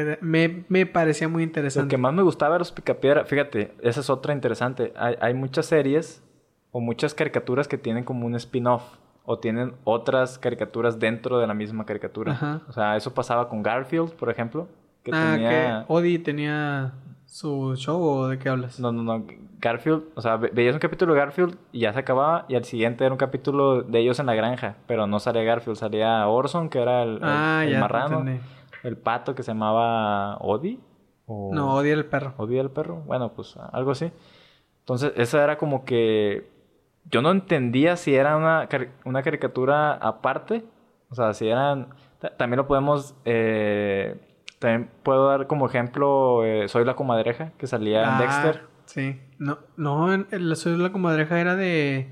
me, me parecía muy interesante. Lo que más me gustaba de los Picapiedra... Fíjate, esa es otra interesante. Hay, hay muchas series o muchas caricaturas que tienen como un spin-off. O tienen otras caricaturas dentro de la misma caricatura. Ajá. O sea, eso pasaba con Garfield, por ejemplo. Que ah, tenía... que Odie tenía su show, ¿o de qué hablas? No, no, no. Garfield... O sea, ve veías un capítulo de Garfield y ya se acababa. Y al siguiente era un capítulo de ellos en la granja. Pero no salía Garfield. Salía Orson, que era el, ah, el, el ya marrano. Entendí. El pato que se llamaba Odie. O... No, Odie el perro. Odie el perro. Bueno, pues algo así. Entonces, esa era como que... Yo no entendía si era una, una caricatura aparte. O sea, si eran... También lo podemos... Eh... También puedo dar como ejemplo... Eh, Soy la Comadreja, que salía ah, en Dexter. Sí. No, no en, en Soy la Comadreja era de...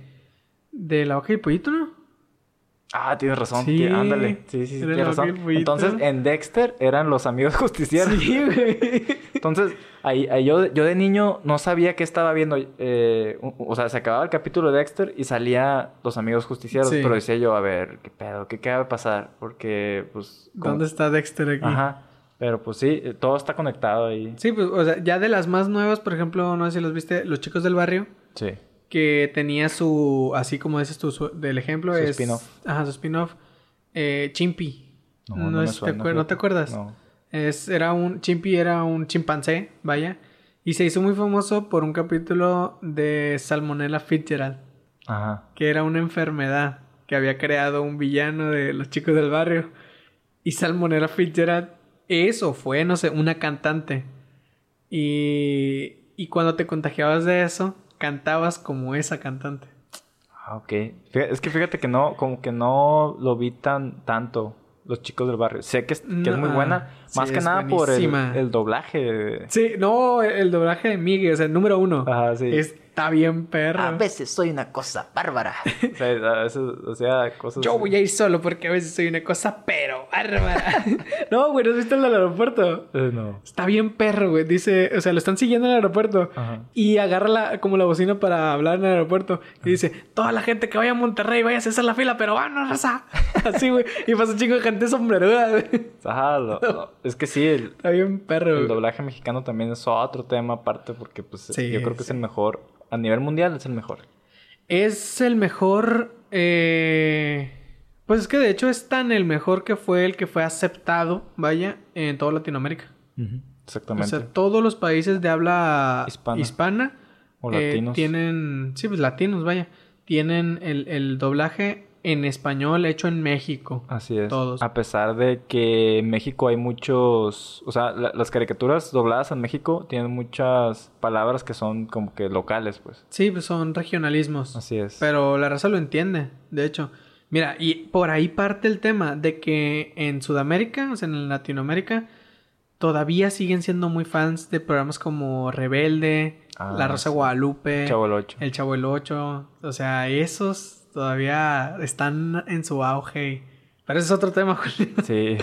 De La Vaca y el Pollito, ¿no? Ah, tienes razón. Sí. Tí, ándale. Sí, sí, sí tienes razón. Entonces, en Dexter eran los amigos justicieros. Sí, güey. Entonces, ahí, ahí yo, yo de niño no sabía qué estaba viendo. Eh, o, o sea, se acababa el capítulo de Dexter y salía los amigos justicieros. Sí. Pero decía yo, a ver, ¿qué pedo? ¿Qué, qué va a pasar? Porque, pues... ¿Cómo? ¿Dónde está Dexter aquí? Ajá. Pero, pues sí, todo está conectado ahí. Sí, pues, o sea, ya de las más nuevas, por ejemplo, no sé si los viste, Los Chicos del Barrio. Sí. Que tenía su... Así como dices tú, su, del ejemplo su es... spin-off. Ajá, su spin-off. Eh, Chimpy. No, no, no, es, suena, te acuer- ¿No te acuerdas? No. Es, era un... Chimpy era un chimpancé, vaya. Y se hizo muy famoso por un capítulo de Salmonella Fitzgerald. Ajá. Que era una enfermedad que había creado un villano de Los Chicos del Barrio. Y Salmonella Fitzgerald es o fue, no sé, una cantante. Y... Y cuando te contagiabas de eso, cantabas como esa cantante. Ah, ok. Es que fíjate que no, como que no lo vi tan tanto, Los Chicos del Barrio. Sé que es, que no, es muy buena, sí, más que nada buenísima. por el, el doblaje. Sí, no, el, el doblaje de Miguel, o sea, el número uno. Ajá, sí. Está bien perro. A veces soy una cosa bárbara. O sea, a veces, o sea, cosas... Yo voy a ir solo porque a veces soy una cosa pero bárbara. No, güey, ¿no has visto el del aeropuerto? Eh, no. Está bien perro, güey. Dice, o sea, lo están siguiendo en el aeropuerto. Ajá. Y agarra la, como la bocina para hablar en el aeropuerto. Y dice, toda la gente que vaya a Monterrey, vaya a hacer la fila, pero vámonos, raza. Así, güey. Y pasa un chico de gente sombreruda, güey. Ajá, lo, lo, es que sí. El, Está bien perro, El güey. doblaje mexicano también es otro tema aparte porque, pues, sí, yo creo que sí. es el mejor. A nivel mundial es el mejor. Es el mejor... Eh... Pues es que de hecho es tan el mejor que fue el que fue aceptado, vaya, en toda Latinoamérica. Uh-huh. Exactamente. O sea, todos los países de habla hispana, hispana o eh, latinos. Tienen... Sí, pues latinos, vaya. Tienen el, el doblaje en español hecho en México. Así es. Todos. A pesar de que en México hay muchos... O sea, la- las caricaturas dobladas en México tienen muchas palabras que son como que locales, pues. Sí, pues son regionalismos. Así es. Pero la raza lo entiende, de hecho. Mira, y por ahí parte el tema de que en Sudamérica, o sea, en Latinoamérica, todavía siguen siendo muy fans de programas como Rebelde, Ah, La Rosa de sí. Guadalupe, Chavo el Ocho. El Chavo el Ocho. O sea, esos todavía están en su auge. Pero ese es otro tema, Julio. Sí.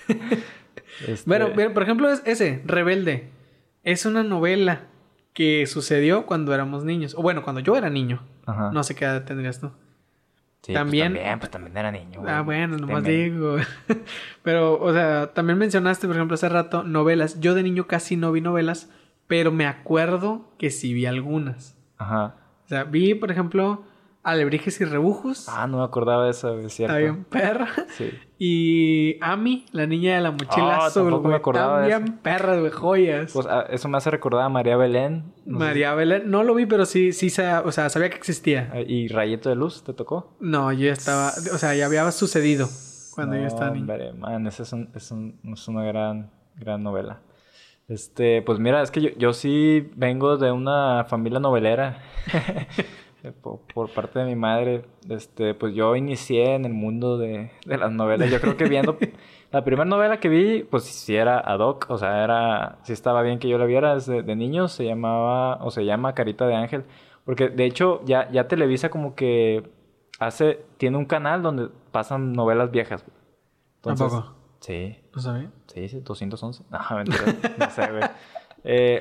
Este, Bueno, bien, por ejemplo, es ese, Rebelde. Es una novela que sucedió cuando éramos niños. O bueno, cuando yo era niño. Ajá. No sé qué edad tendrías tú. Sí, también- Pues también, pues también era niño, güey. Ah, bueno, nomás También. digo. Pero, o sea, también mencionaste, por ejemplo, hace rato, novelas. Yo de niño casi no vi novelas, pero me acuerdo que sí vi algunas. Ajá. O sea, vi, por ejemplo, Alebrijes y Rebujos. Ah, no me acordaba de eso, es cierto. Está bien perra. Sí. Y Ami, la niña de la mochila Ah, azul, tampoco me güey. acordaba de También perras, güey, joyas. Pues ah, eso me hace recordar a María Belén. No sé María Belén, no lo vi, pero sí, sí, sa- o sea, sabía que existía. si- ¿Y Rayito de Luz te tocó? No, yo ya estaba, o sea, ya había sucedido cuando No, yo estaba niño. Hombre, man, esa es, un, es, un- es una gran, gran novela. Este, pues mira, es que yo, yo sí vengo de una familia novelera. por, por parte de mi madre. Este, pues yo inicié en el mundo de, de las novelas. Yo creo que viendo... La primera novela que vi, pues sí era ad hoc. O sea, era... Sí estaba bien que yo la viera desde de niño. Se llamaba... O se llama Carita de Ángel. Porque, de hecho, ya, ya Televisa como que... Hace... Tiene un canal donde pasan novelas viejas. Entonces, ¿Tampoco? Sí. ¿No sabía? Sí, sí, doscientos once. No, mentira. No sé, güey. Eh,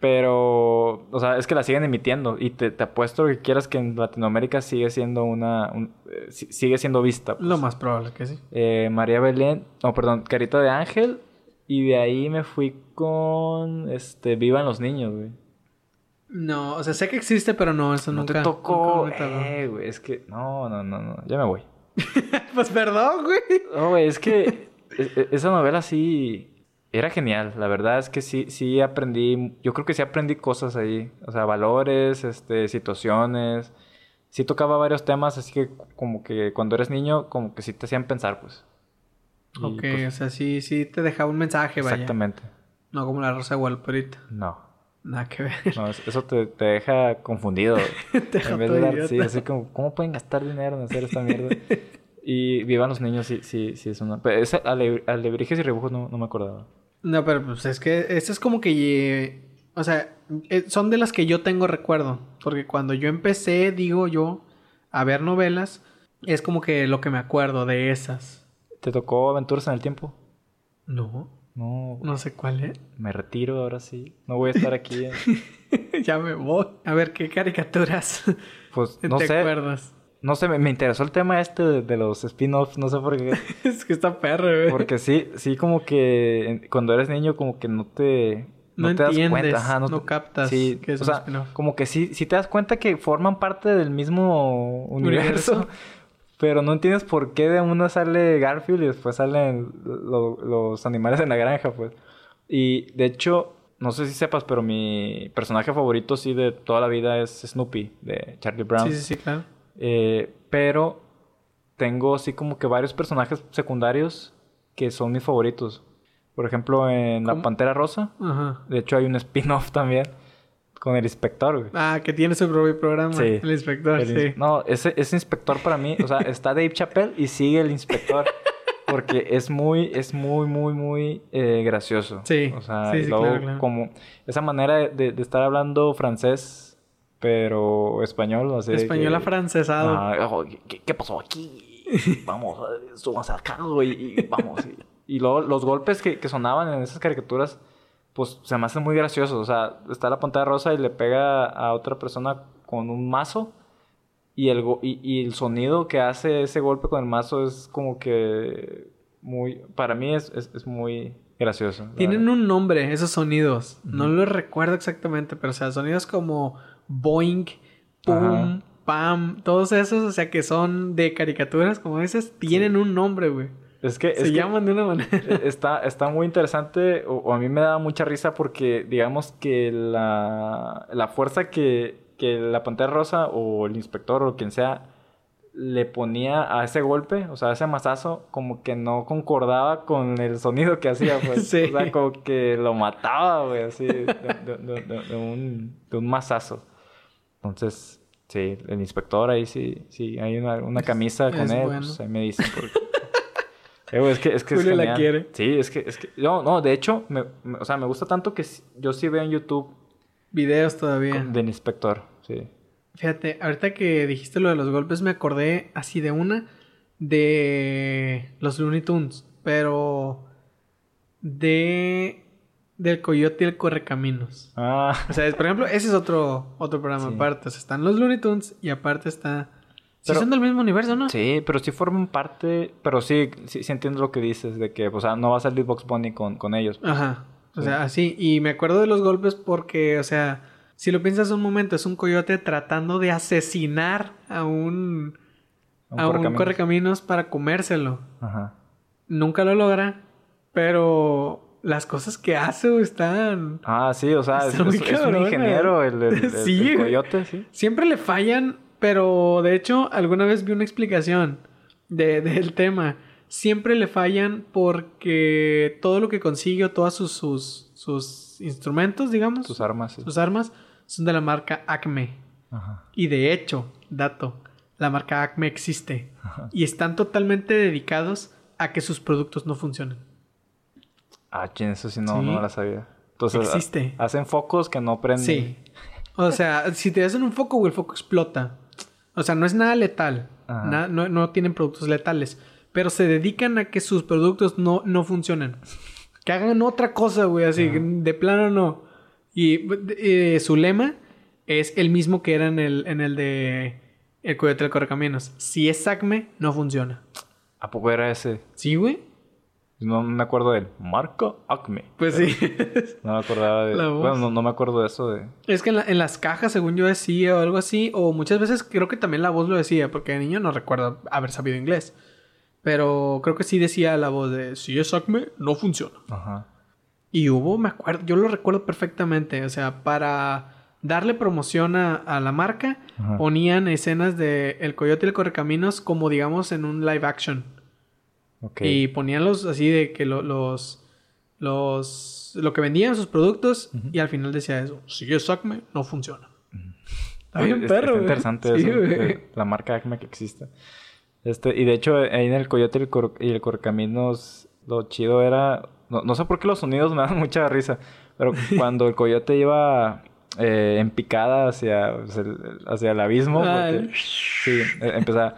pero, o sea, es que la siguen emitiendo. Y te, te apuesto que quieras que en Latinoamérica sigue siendo una... un- eh, si- sigue siendo vista. pues. Lo más probable que sí. Eh, María Belén... No, perdón. Carita de Ángel. Y de ahí me fui con... Este... Vivan los niños, güey. No, o sea, sé que existe, pero no, eso No nunca. te tocó... nunca me tocó. Eh, güey. Es que... No, no, no, no. Ya me voy. Pues perdón, güey. No, güey, es que e- e- esa novela sí era genial. La verdad es que sí, sí aprendí, yo creo que sí aprendí cosas ahí. O sea, valores, este, situaciones. Sí tocaba varios temas, así que como que cuando eres niño, como que sí te hacían pensar, pues. Y, Ok, pues, o sea, sí, sí te dejaba un mensaje, vaya. exactamente. No como la Rosa de Guadalupe ahorita. No. Nada que ver. No, es- eso te, te deja confundido. Te deja En vez todo de dar, idiota. sí, así como, ¿cómo pueden gastar dinero en hacer esta mierda? Y Vivan los niños, sí, sí, sí es una... Pero esa ale- Alebrijes y Rebujos no, no me acordaba. No, pero pues es que eso es como que... eh, o sea, eh, son de las que yo tengo recuerdo. Porque cuando yo empecé, digo yo, a ver novelas, es como que lo que me acuerdo de esas. ¿Te tocó Aventuras en el Tiempo? No, No, no sé cuál es. me retiro ahora sí. No voy a estar aquí. en- Ya me voy. A ver, ¿qué caricaturas Pues te no sé. acuerdas? No sé, me, me interesó el tema este de, de los spin-offs. No sé por qué. Es que está perro, güey. Porque sí, sí como que en- cuando eres niño como que no te... No te das entiendes, cuenta. Ajá, no te- captas sí, que es o un sea, spin-off. como que sí, sí te das cuenta que forman parte del mismo universo. Universo. Pero no entiendes por qué de uno sale Garfield y después salen lo- los animales en la granja, pues. Y de hecho, no sé si sepas, pero mi personaje favorito sí de toda la vida es Snoopy, de Charlie Brown. Sí, sí, sí, claro. Eh, pero tengo así como que varios personajes secundarios que son mis favoritos. Por ejemplo, en La ¿Cómo? Pantera Rosa, Ajá. de hecho hay un spin-off también con el inspector, güey. Ah, que tiene su propio programa. Sí. El inspector, El sí. ins- No, ese, ese inspector para mí, o sea, está Dave Chappelle y sigue el inspector. Porque es muy, es muy, muy, muy eh, gracioso. Sí, O sea, sí, y sí, luego claro, claro. como esa manera de, de- de estar hablando francés, pero español, o sea, Español que- afrancesado. Ajá, oh, ¿qué, qué pasó aquí? Vamos, eh, subas acá, güey, y vamos. Y, y luego los golpes que, que sonaban en esas caricaturas, pues se me hacen muy graciosos. O sea, está la pantalla rosa y le pega a otra persona con un mazo. Y el, go- y, y el sonido que hace ese golpe con el mazo es como que muy... Para mí es, es, es muy gracioso. la Tienen verdad. un nombre, esos sonidos. No los recuerdo exactamente, pero o sea, sonidos como boing, pum, Ajá. pam, todos esos, o sea, que son de caricaturas, como dices, tienen un nombre, güey. Es que... Se es que llaman de una manera. está, está muy interesante, o, o a mí me da mucha risa porque digamos que la, la fuerza que, que la Pantera Rosa o el inspector o quien sea le ponía a ese golpe, o sea, a ese mazazo, como que no concordaba con el sonido que hacía, pues. Sí. O sea, como que lo mataba, güey, así, de, de, de, de, de un, de un mazazo. Entonces, sí, el inspector ahí sí, sí, hay una, una camisa Es, con es él, bueno. pues ahí me dicen porque... Eh, güey, es que, es que es Julio la genial. quiere. Sí, es que, es que... No, no, de hecho, me, me- o sea, me gusta tanto que sí- yo sí veo en YouTube Videos todavía. con- del inspector, sí. Fíjate, ahorita que dijiste lo de los golpes, me acordé así de una de los Looney Tunes, pero de del Coyote y el Correcaminos. Ah, O sea, es- por ejemplo, ese es otro, otro programa Sí. aparte. O sea, están los Looney Tunes y aparte está... Sí Pero- son del mismo universo, ¿no? sí, pero sí forman parte... Pero sí, sí, sí entiendo lo que dices, de que, o sea, no va a salir Bugs Bunny con, con ellos. Ajá. O Sí. sea, así. Y me acuerdo de los golpes porque, o sea, si lo piensas un momento, es un coyote tratando de asesinar a un... Un a un correcaminos. correcaminos para comérselo. Ajá. Nunca lo logra, pero las cosas que hace güey, están... Ah, sí, o sea, es, Está muy es- es un cabrona. ingeniero el, el, el- Sí, el güey. coyote, sí. Siempre le fallan, pero de hecho alguna vez vi una explicación de, del tema. Siempre le fallan porque todo lo que consigue o todos sus, sus, sus instrumentos, digamos, Sus armas, sí. sus armas, son de la marca Acme. Ajá. Y de hecho, dato, la marca Acme existe. Y están totalmente dedicados a que sus productos no funcionen. Ah, chin, eso sí no, Sí. no me la sabía. Entonces, Existe. ha- hacen focos que no prenden. Sí. O sea, si te hacen un foco, güey, el foco explota. O sea, no es nada letal. Ajá. Na- no, no tienen productos letales. Pero se dedican a que sus productos no, no funcionen. Que hagan otra cosa, güey, así. Ajá. De plano no. Y eh, su lema es el mismo que era en el, en el de El Coyote del Correcaminos. Si es Acme, no funciona. ¿A poco era ese? ¿Sí, güey? No me acuerdo del marca Acme. Pues sí. No me acordaba de... La voz. Bueno, no, no me acuerdo de eso de... Es que en, la- en las cajas, según yo decía o algo así, o muchas veces creo que también la voz lo decía, porque de niño no recuerdo haber sabido inglés. Pero creo que sí decía la voz de si es Acme, no funciona. Ajá. Y hubo, me acuerdo, yo lo recuerdo perfectamente. O sea, para darle promoción a, a la marca, Ajá. ponían escenas de El Coyote y el Correcaminos como digamos en un live action. Ok. Y ponían los así de que lo- los. Los. Lo que vendían sus productos. Ujú. Y al final decía eso. Si es Acme, no funciona. Está Oye, bien es- perro, está güey. interesante Sí, eso. güey. de la marca Acme que existe. Este, y de hecho, ahí en el Coyote y el, Cor- y el Correcaminos, lo chido era... No, no sé por qué los sonidos me dan mucha risa. Pero cuando el coyote iba eh, en picada hacia, hacia, el, hacia el abismo... Ah, porque- el- sí, eh, empezaba...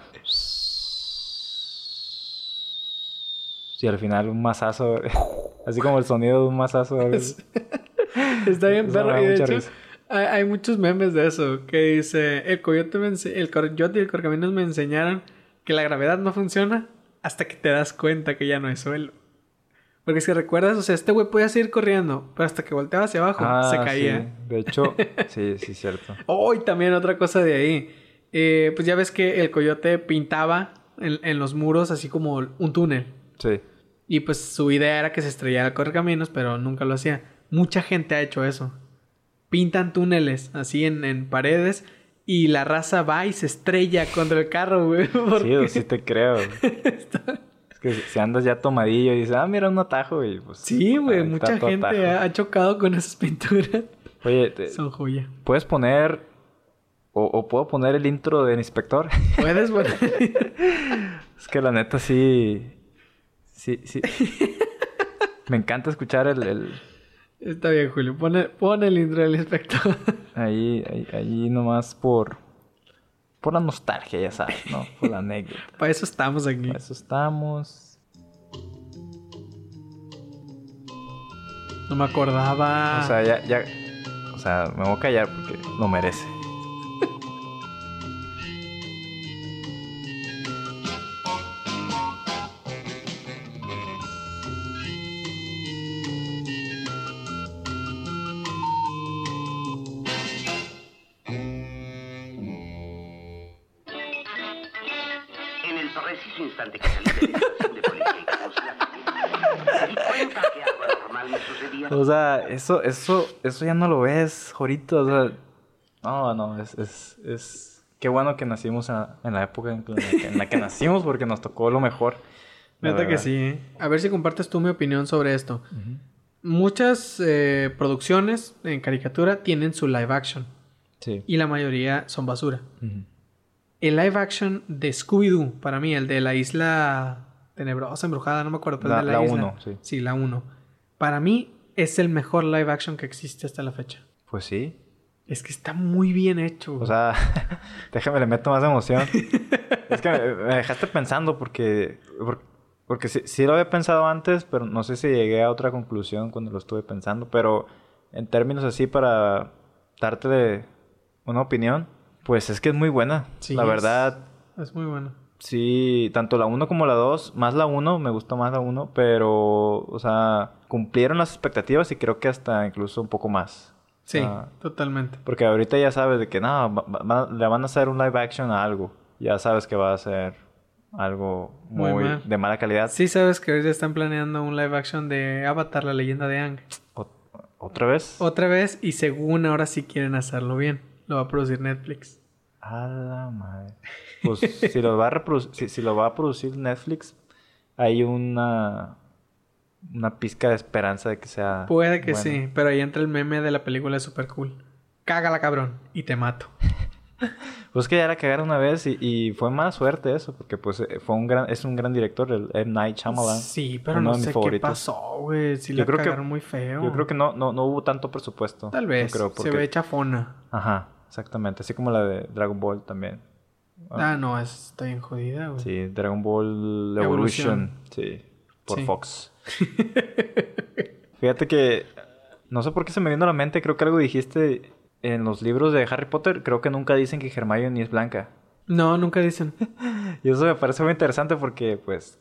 Y al final un mazazo... Así como el sonido de un mazazo. Está bien Eso me perro. da Y de mucha hecho, risa. hay, hay muchos memes de eso. Que dice... El coyote, me ense- el coyote y el correcaminos me enseñaron que la gravedad no funciona hasta que te das cuenta que ya no hay suelo. Porque si recuerdas, o sea, este güey podía seguir corriendo, pero hasta que volteaba hacia abajo, Ah, se caía. sí. De hecho, sí, sí, cierto. Oh, y también otra cosa de ahí. Eh, pues ya ves que el coyote pintaba en, en los muros así como un túnel. Sí. Y pues su idea era que se estrellara el correcaminos, pero nunca lo hacía. Mucha gente ha hecho eso. Pintan túneles así en, en paredes y la raza va y se estrella contra el carro, güey. Sí, porque- sí te creo. Es que si andas ya tomadillo y dices, ah, mira un atajo y pues... Sí, güey. ahí está Mucha tu gente atajo. ha, ha chocado con esas pinturas. Oye, te- Son joya. ¿puedes poner... O, o puedo poner el intro del inspector? Puedes, bueno. Es que la neta sí... Sí, sí. Me encanta escuchar el... el- Está bien, Julio. Pone, pone el intro del inspector. ahí, ahí, ahí nomás por... Por la nostalgia, ya sabes, ¿no? Por la anécdota. Para eso estamos aquí. Para eso estamos. No me acordaba. O sea, ya, ya... O sea, me voy a callar porque lo merece. En el preciso instante que salí de la estación de policía y conocí la familia, me di cuenta que algo anormal me sucedía. O sea, eso, eso, eso ya no lo ves, Jorito. O sea, no, no, es, es, es, qué bueno que nacimos a, en la época en la, que, en la que nacimos porque nos tocó lo mejor. Neta que sí, ¿eh? A ver si compartes tú mi opinión sobre esto. Uh-huh. Muchas eh, producciones en caricatura tienen su live action. Sí. Y la mayoría son basura. Uh-huh. El live action de Scooby-Doo, para mí, el de la isla tenebrosa, embrujada, no me acuerdo. Pero la, de la, la isla. uno, sí. Sí, la uno. Para mí es el mejor live action que existe hasta la fecha. Pues sí. Es que está muy bien hecho. O sea, déjame le meto más emoción. Es que me, me dejaste pensando porque... porque, porque sí, sí lo había pensado antes, pero no sé si llegué a otra conclusión cuando lo estuve pensando. Pero en términos así para darte de una opinión, pues es que es muy buena. Sí, la es, verdad... Es muy buena. Sí, tanto la uno como la dos, más la uno, me gustó más la uno, pero, o sea, cumplieron las expectativas y creo que hasta incluso un poco más. Sí, o sea, totalmente. Porque ahorita ya sabes de que no, va, va, le van a hacer un live action a algo. Ya sabes que va a ser algo muy, muy mal. de mala calidad. Sí, sabes que ahorita están planeando un live action de Avatar, la leyenda de Aang. O, ¿Otra vez? Otra vez, y según ahora sí quieren hacerlo bien. Lo va a producir Netflix. A la madre. Pues si lo va a reproducir, si, si lo va a producir Netflix, hay una una pizca de esperanza de que sea Puede que bueno. sí, pero ahí entra el meme de la película de Super Cool. Cágala, cabrón, y te mato. Pues que ya la cagaron una vez y, y fue mala suerte eso, porque pues fue un gran, es un gran director, el M. Night Shyamalan. Sí, pero no sé qué pasó, güey. Sí la cagaron muy feo. Yo creo que no, no, no hubo tanto presupuesto. Tal vez, yo creo, porque... se ve chafona. Ajá, exactamente. Así como la de Dragon Ball también. Ah, no, está bien jodida, güey. Sí, Dragon Ball Evolution. Evolution. Sí, por sí. Fox. Fíjate que... No sé por qué se me vino a la mente. Creo que algo dijiste en los libros de Harry Potter. Creo que nunca dicen que Hermione es blanca. No, nunca dicen. Y eso me parece muy interesante porque, pues...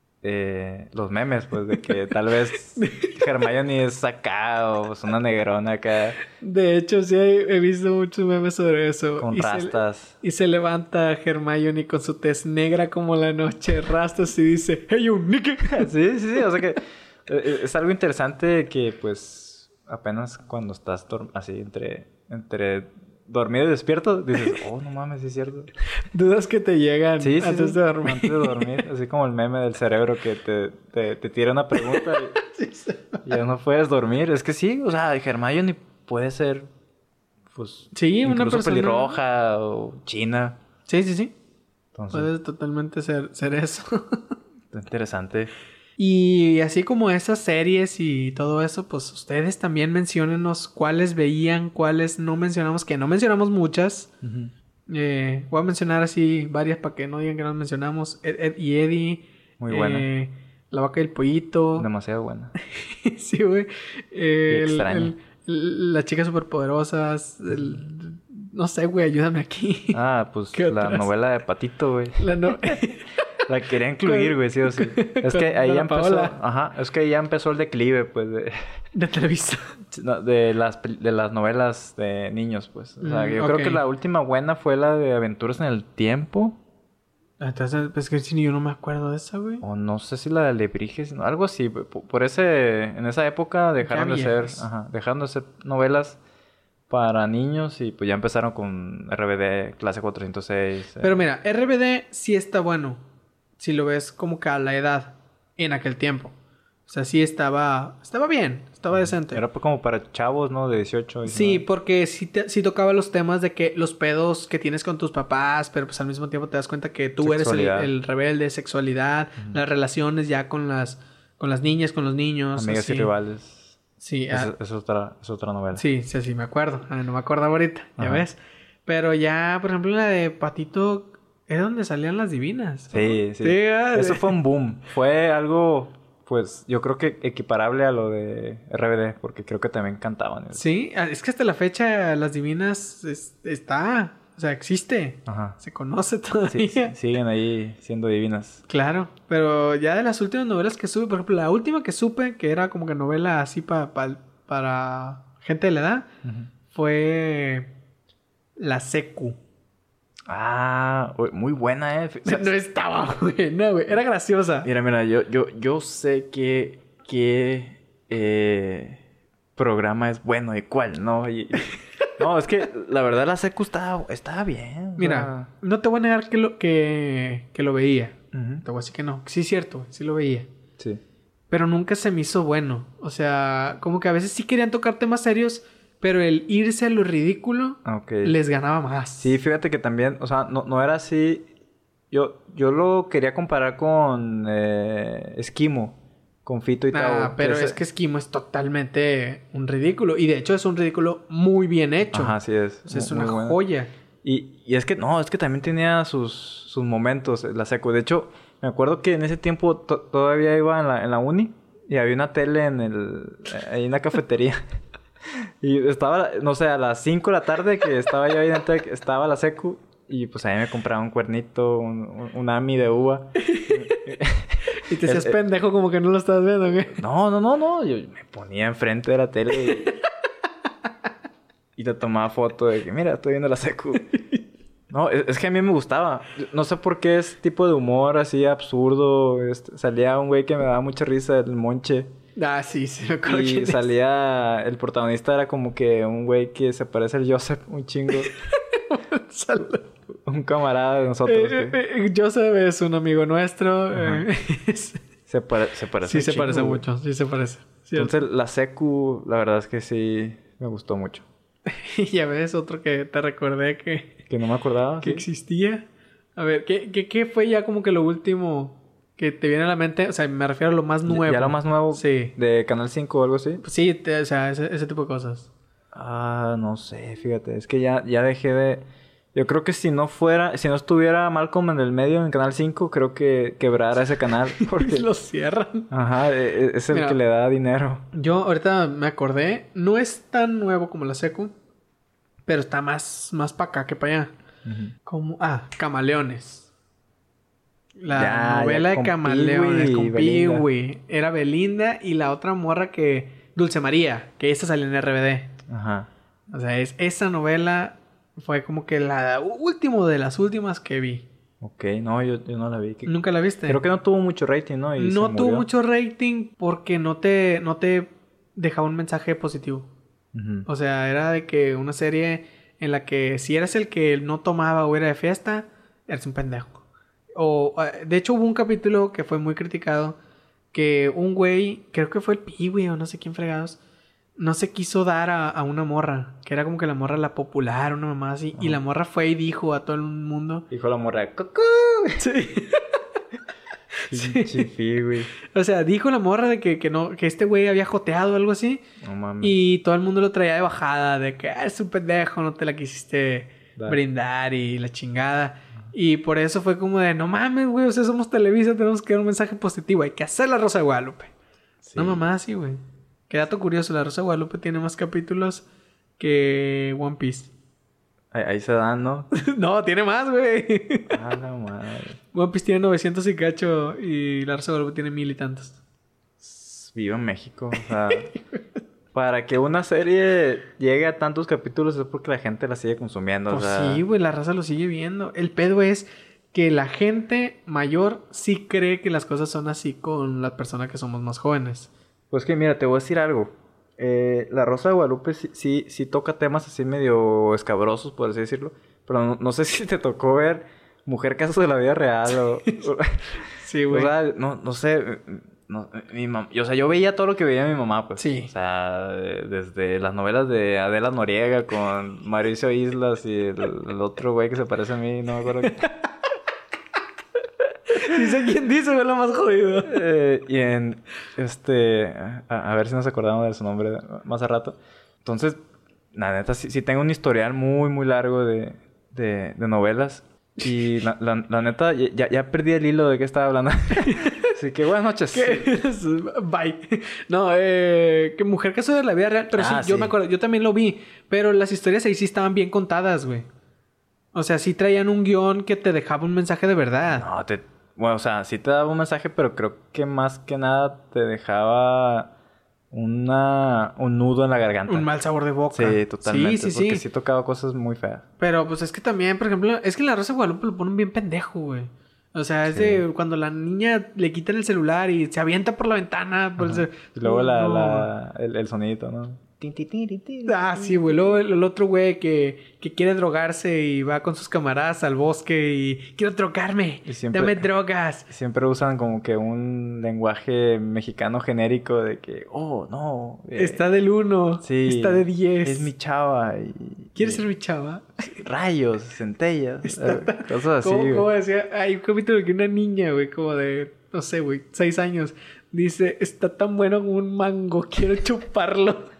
Eh, los memes, pues, de que tal vez Hermione es acá o pues, una negrona acá. De hecho, sí he visto muchos memes sobre eso. Con y rastas. Se, y se levanta Hermione con su tez negra como la noche, rastas y dice, ¡Hey, you nigga! Sí, sí, sí. O sea que eh, es algo interesante que, pues, apenas cuando estás así entre, entre dormido y despierto, dices, oh, no mames, sí es cierto. Dudas que te llegan sí, sí, antes sí, de dormir. Antes de dormir. Así como el meme del cerebro que te, te, te tira una pregunta y, sí, y ya no puedes dormir. Es que sí, o sea, Hermione puede ser, pues, sí, una persona pelirroja o china. Sí, sí, sí. Entonces, puede totalmente ser, ser eso. Interesante. Y así como esas series y todo eso, pues ustedes también menciónenos cuáles veían, cuáles no mencionamos, que no mencionamos muchas. Uh-huh. Eh, voy a mencionar así varias para que no digan que no mencionamos. Ed, Ed y Eddie. Muy buena. Eh, La vaca y el pollito. Demasiado buena. Sí, güey. Eh, extraña. El, el, las chicas superpoderosas. El, no sé, güey, ayúdame aquí. Ah, pues la otras? novela de Patito, güey. La no... La quería incluir, güey, sí o sí. Es que ahí ya empezó... Paola. Ajá, es que ahí ya empezó el declive, pues, de... De Televisa. De las, de las novelas de niños, pues. O sea, mm, yo okay. creo que la última buena fue la de Aventuras en el Tiempo. Entonces, pues que si yo no me acuerdo de esa, güey. O no sé si la de Alebrijes, no, algo así. Por ese... En esa época dejaron de ser... Ajá, dejaron de ser novelas para niños y pues ya empezaron con R B D, clase cuatrocientos seis. Pero mira, R B D sí está bueno. Si lo ves como que a la edad en aquel tiempo. O sea, sí estaba... Estaba bien. Estaba decente. Era como para chavos, ¿no? De dieciocho. diecinueve. Sí, porque sí, te, sí tocaba los temas de que los pedos que tienes con tus papás, pero pues al mismo tiempo te das cuenta que tú eres el, el rebelde, sexualidad, uh-huh. las relaciones ya con las, con las niñas, con los niños. Amigas así. y rivales. Sí. Es, ah, es, otra, es otra novela. Sí, sí, sí, me acuerdo. Ah, no me acuerdo ahorita, ya Ajá. ves. Pero ya, por ejemplo, la de Patito... Es donde salían las divinas. Sí, sí. sí Eso fue un boom. Fue algo, pues, yo creo que equiparable a lo de R B D, porque creo que también cantaban. Sí, es que hasta la fecha las divinas es, está, o sea, existe. Ajá. Se conoce todavía. Sí, sí, siguen ahí siendo divinas. Claro, pero ya de las últimas novelas que supe, por ejemplo, la última que supe, que era como que novela así pa, pa, para gente de la edad, uh-huh. fue La Secu. Ah, muy buena, eh. O sea, no estaba buena, güey. Era graciosa. Mira, mira, yo, yo, yo sé que, que eh, programa es bueno y cuál, ¿no? Y, No, es que la verdad la secu estaba, estaba bien. O Mira, sea... no te voy a negar que lo, que, que lo veía. Uh-huh. Te voy a decir que no. Sí, es cierto, sí lo veía. Sí. Pero nunca se me hizo bueno. O sea, como que a veces sí querían tocar temas serios, pero el irse a lo ridículo Okay. les ganaba más. Sí, fíjate que también, o sea, no, no era así. Yo, yo lo quería comparar con eh, Esquimo, con Fito y Tavo. Ah, pero que es ese... que Esquimo es totalmente un ridículo. Y de hecho es un ridículo muy bien hecho. Ajá, sí es. O sea, es muy, una muy bueno. joya. Y, y es que, no, es que también tenía sus, sus momentos, la secu. De hecho, me acuerdo que en ese tiempo to- todavía iba en la, en la uni y había una tele en el... ahí en la cafetería. Y estaba, no sé, a las cinco de la tarde que estaba yo ahí en el tec, estaba la secu y pues ahí me compraba un cuernito, un, un, un ami de uva. Y te hacías Es- pendejo como que no lo estabas viendo, ¿qué? No, no, no, no. Yo me ponía enfrente de la tele y, y te tomaba foto de que, mira, estoy viendo la secu. No, es, es que a mí me gustaba. No sé por qué ese tipo de humor así absurdo. Este, salía un güey que me daba mucha risa, el Monche. Ah, sí, sí, me acuerdo quién Y es. salía... El protagonista era como que un güey que se parece al Joseph un chingo. Sal- Un camarada de nosotros. Eh, que eh, eh, Joseph es un amigo nuestro. eh, es- se, pare- se parece sí, un se chingo, parece güey. mucho. Sí, se parece. Cierto. Entonces, la secu, la verdad es que sí me gustó mucho. Y ya ves, otro que te recordé que, Que no me acordaba. que ¿sí? existía. A ver, ¿qué, qué, ¿qué fue ya como que lo último que te viene a la mente? O sea, me refiero a lo más nuevo. ¿Ya lo más nuevo? Sí. ¿De Canal cinco o algo así? Pues sí, te- o sea, ese, ese tipo de cosas. Ah, no sé, fíjate. Es que ya, ya dejé de... Yo creo que si no fuera... Si no estuviera Malcolm en el medio en Canal cinco, creo que quebrara ese canal. Porque... Lo cierran. Ajá, e- e- es el Mira. que le da dinero. Yo ahorita me acordé, no es tan nuevo como la secu, pero está más, más para acá que para allá. Como, ah, Camaleones. La Ya, novela ya, de con Camaleones Pee-wee y con Belinda. Pee-wee. Era Belinda y la otra morra que... Dulce María, que esa salió en R B D. Ajá. O sea, es, esa novela fue como que la última de las últimas que vi. Ok, no, yo, yo no la vi. Que- ¿Nunca la viste? Creo que no tuvo mucho rating, ¿no? Y No se tuvo murió. mucho rating porque no te, no te dejaba un mensaje positivo. Ujú. O sea, era de que una serie en la que si eras el que no tomaba o era de fiesta, eres un pendejo. O, eh, de hecho, hubo un capítulo que fue muy criticado que un güey, creo que fue el Pee-wee o no sé quién fregados, no se quiso dar a, a una morra, que era como que la morra la popular, una mamá así, y la morra fue y dijo a todo el mundo. Dijo la morra, ¡cucú! Sí. Pinche Pee-wee. O sea, dijo la morra de que, que no, que este güey había joteado o algo así. No mames. Y todo el mundo lo traía de bajada, de que "Ah, es un pendejo, no te la quisiste Da. brindar y la chingada". Y por eso fue como de, no mames, güey, o sea, somos Televisa, tenemos que dar un mensaje positivo, hay que hacer La Rosa de Guadalupe. Sí. No mamá, sí, güey. Qué dato curioso, La Rosa de Guadalupe tiene más capítulos que One Piece. Ahí, ahí se dan, ¿no? No, tiene más, güey. A la madre. One Piece tiene novecientos y cacho y La Rosa de Guadalupe tiene mil y tantos. Vivo en México, o sea... Para que una serie llegue a tantos capítulos es porque la gente la sigue consumiendo, Pues o sea... sí, güey, la raza lo sigue viendo. El pedo es que la gente mayor sí cree que las cosas son así con las personas que somos más jóvenes. Pues que mira, te voy a decir algo. Eh, la Rosa de Guadalupe sí, sí, sí toca temas así medio escabrosos, por así decirlo. Pero no, no sé si te tocó ver Mujer Casos de la Vida Real o... Sí, o güey. sea, no, no sé... No, mi mam- o sea, yo veía todo lo que veía mi mamá, pues. Sí. O sea, de- desde las novelas de Adela Noriega con Mauricio Islas y el, el otro güey que se parece a mí, no me acuerdo. qué- Sí sé quién dice, güey, lo más jodido. Eh, y en... Este... A, a ver si nos acordamos de su nombre más a rato. Entonces, la neta, sí, sí tengo un historial muy, muy largo de, de, de novelas. Y la, la, la neta, ya, ya perdí el hilo de qué estaba hablando. Así que buenas noches. ¿Qué? Bye. No, eh... Que Mujer Caso de la Vida Real. Pero Ah, sí, yo sí. me acuerdo. Yo también lo vi. Pero las historias ahí sí estaban bien contadas, güey. O sea, sí traían un guión que te dejaba un mensaje de verdad. No, te... Bueno, o sea, sí te daba un mensaje, pero creo que más que nada te dejaba una... un nudo en la garganta. Un mal sabor de boca. Sí, totalmente. Sí, sí, porque sí. sí tocaba cosas muy feas. Pero pues es que también, por ejemplo, es que en La Rosa de Guadalupe lo ponen bien pendejo, güey. O sea, es Sí. de cuando la niña le quitan el celular y se avienta por la ventana. Por el Ajá. ce- Y luego la, No. la, el, el sonidito, ¿no? Tin, tin, tin, tin, tin. Ah, sí, güey. Luego el, el otro güey que, que quiere drogarse y va con sus camaradas al bosque y... ¡Quiero drogarme! Y siempre- ¡Dame drogas! Siempre usan como que un lenguaje mexicano genérico de que, oh, no. eh, Está del uno. sí, Está de diez. Es mi chava. Y, ¿Quieres y- ser mi chava? Rayos, centellas. Está eh, tan- cosas así. ¿Cómo, güey. cómo decía? Hay un capítulo que una niña, güey, como de... No sé, güey, seis años. Dice, está tan bueno como un mango. Quiero chuparlo.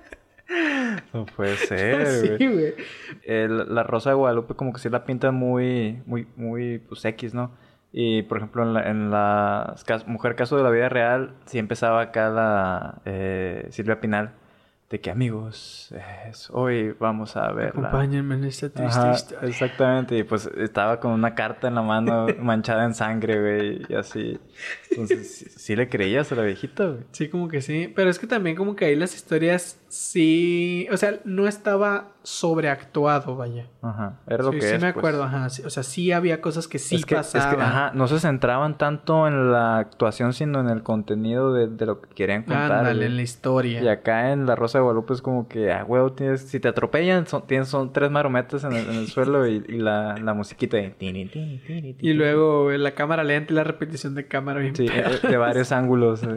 No puede ser, Sí, güey. güey. El- la Rosa de Guadalupe como que sí la pintan muy, muy, muy, pues, X, ¿no? Y, por ejemplo, en la, en la cas- Mujer Caso de la Vida Real, sí empezaba acá la eh, Silvia Pinal, de que, amigos, eh, hoy vamos a verla. Acompáñenme en esta triste Ajá, historia. exactamente. Y pues estaba con una carta en la mano manchada en sangre, güey, y así. Entonces, sí, sí le creías a la viejita, güey. Sí, como que sí. Pero es que también como que ahí las historias sí... O sea, no estaba sobreactuado, vaya. Ajá, era lo sí, que sí es, me pues. acuerdo, ajá. Sí, o sea, sí había cosas que sí es que, es que, pasaban. ajá, no se centraban tanto en la actuación, sino en el contenido de, de lo que querían contar. Ándale, güey. en la historia. Y acá en La Rosa de Guadalupe es como que, ah, huevo, tienes, si te atropellan, son, tienes, son tres marometas en el, en el suelo y, y la, la musiquita de... tini, tini, tini, tini. Y luego eh, la cámara lenta y la repetición de cámara bien Sí, pedo. eh, de varios ángulos. eh.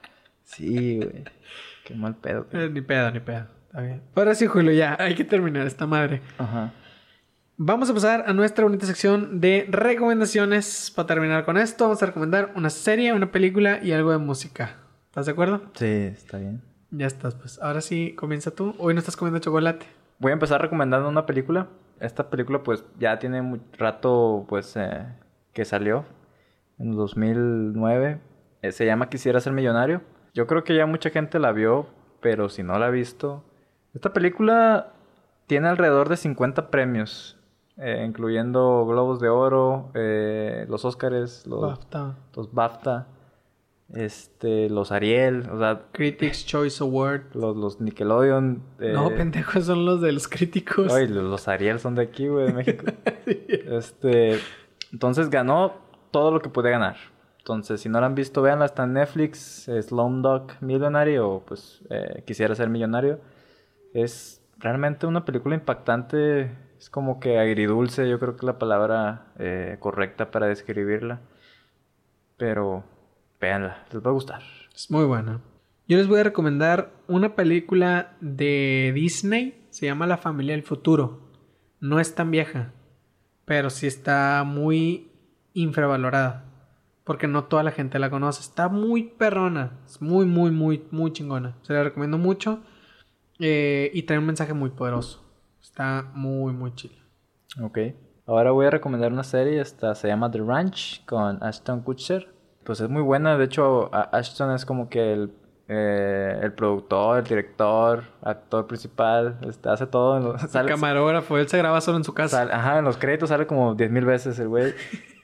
Sí, güey. Qué mal pedo. güey. Eh, ni pedo, ni pedo. Está bien. Ahora sí, Julio, ya. Hay que terminar esta madre. Ajá. Vamos a pasar a nuestra bonita sección de recomendaciones. Para terminar con esto, vamos a recomendar una serie, una película y algo de música. ¿Estás de acuerdo? Sí, está bien. Ya estás, pues. Ahora sí, comienza tú. Hoy no estás comiendo chocolate. Voy a empezar recomendando una película. Esta película, pues, ya tiene muy rato, pues, eh, que salió. En el dos mil nueve. Eh, se llama Quisiera ser millonario. Yo creo que ya mucha gente la vio, pero si no la ha visto... Esta película tiene alrededor de cincuenta premios. eh, incluyendo Globos de Oro, eh, los Óscares, los, BAFTA. los BAFTA, este, los Ariel, o sea, Critics Choice Award. los, los Nickelodeon. eh, No, pendejos, son los de los críticos. Ay, los, los Ariel son de aquí, güey, de México. Este, entonces ganó todo lo que puede ganar. Entonces, si no la han visto, véanla, está en Netflix, Slumdog Millionaire o pues eh, Quisiera ser millonario. Es realmente una película impactante, es como que agridulce, yo creo que es la palabra eh, correcta para describirla. Pero véanla, les va a gustar. Es muy buena. Yo les voy a recomendar una película de Disney. Se llama La Familia del Futuro. No es tan vieja, pero sí está muy infravalorada. Porque no toda la gente la conoce. Está muy perrona. Es muy, muy, muy, muy chingona. Se la recomiendo mucho. Eh, y trae un mensaje muy poderoso. Está muy, muy chido. Ok. Ahora voy a recomendar una serie, esta se llama The Ranch con Ashton Kutcher. Pues es muy buena, de hecho a- Ashton es como que el, eh, el productor, el director, actor principal, este, hace todo. En lo- El sale, camarógrafo, él se graba solo en su casa. sale- ajá, en los créditos sale como diez mil veces el güey.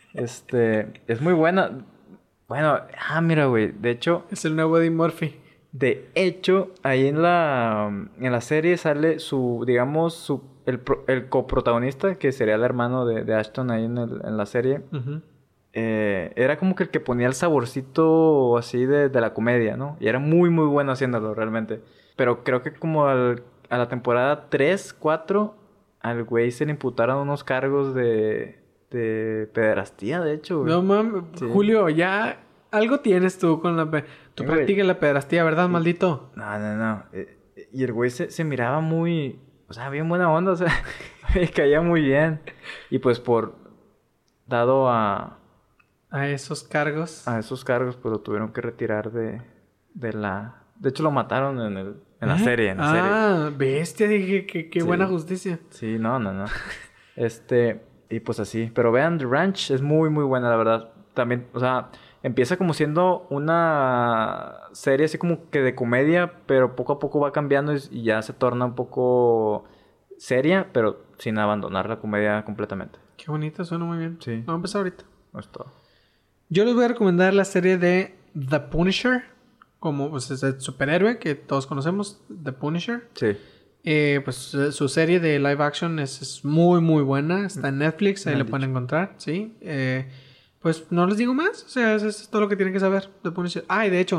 Este, es muy buena. Bueno, ah, mira, güey, de hecho... Es el nuevo Eddie Murphy. De hecho, ahí en la, en la serie sale su, digamos, su, el, pro- el coprotagonista, que sería el hermano de, de Ashton ahí en, el- en la serie. Ujú. Eh, era como que el que ponía el saborcito así de, de la comedia, ¿no? Y era muy, muy bueno haciéndolo realmente. Pero creo que como al- a la temporada tres, cuatro, al güey se le imputaron unos cargos de, de pederastía, de hecho, güey. No mames, Sí. Julio, ya algo tienes tú con la... pe- Tú Eh, güey. practicas la pedrastía, ¿verdad, maldito? No, no, no. Eh, eh, y el güey se, se miraba muy... O sea, bien buena onda, o sea, me caía muy bien. Y pues por... Dado a, A esos cargos. a esos cargos, pues lo tuvieron que retirar de, de la... De hecho, lo mataron en, el, en la ¿Eh? serie, en la serie. Ah, bestia, dije que qué Sí. buena justicia. Sí, no, no, no. Este... Y pues así. Pero vean, The Ranch es muy, muy buena, la verdad. También, o sea... Empieza como siendo una serie así como que de comedia, pero poco a poco va cambiando y, y ya se torna un poco seria, pero sin abandonar la comedia completamente. Qué bonita, suena muy bien. Sí. Vamos a empezar ahorita. No es todo. Yo les voy a recomendar la serie de The Punisher. Como pues, es el superhéroe que todos conocemos, The Punisher. Sí. Eh, pues eh, su serie de live action es, es muy, muy buena. Está en Netflix, ahí Me la han pueden encontrar, ¿sí? Eh, pues no les digo más. O sea, eso es todo lo que tienen que saber de Punisher. Ah, y de hecho,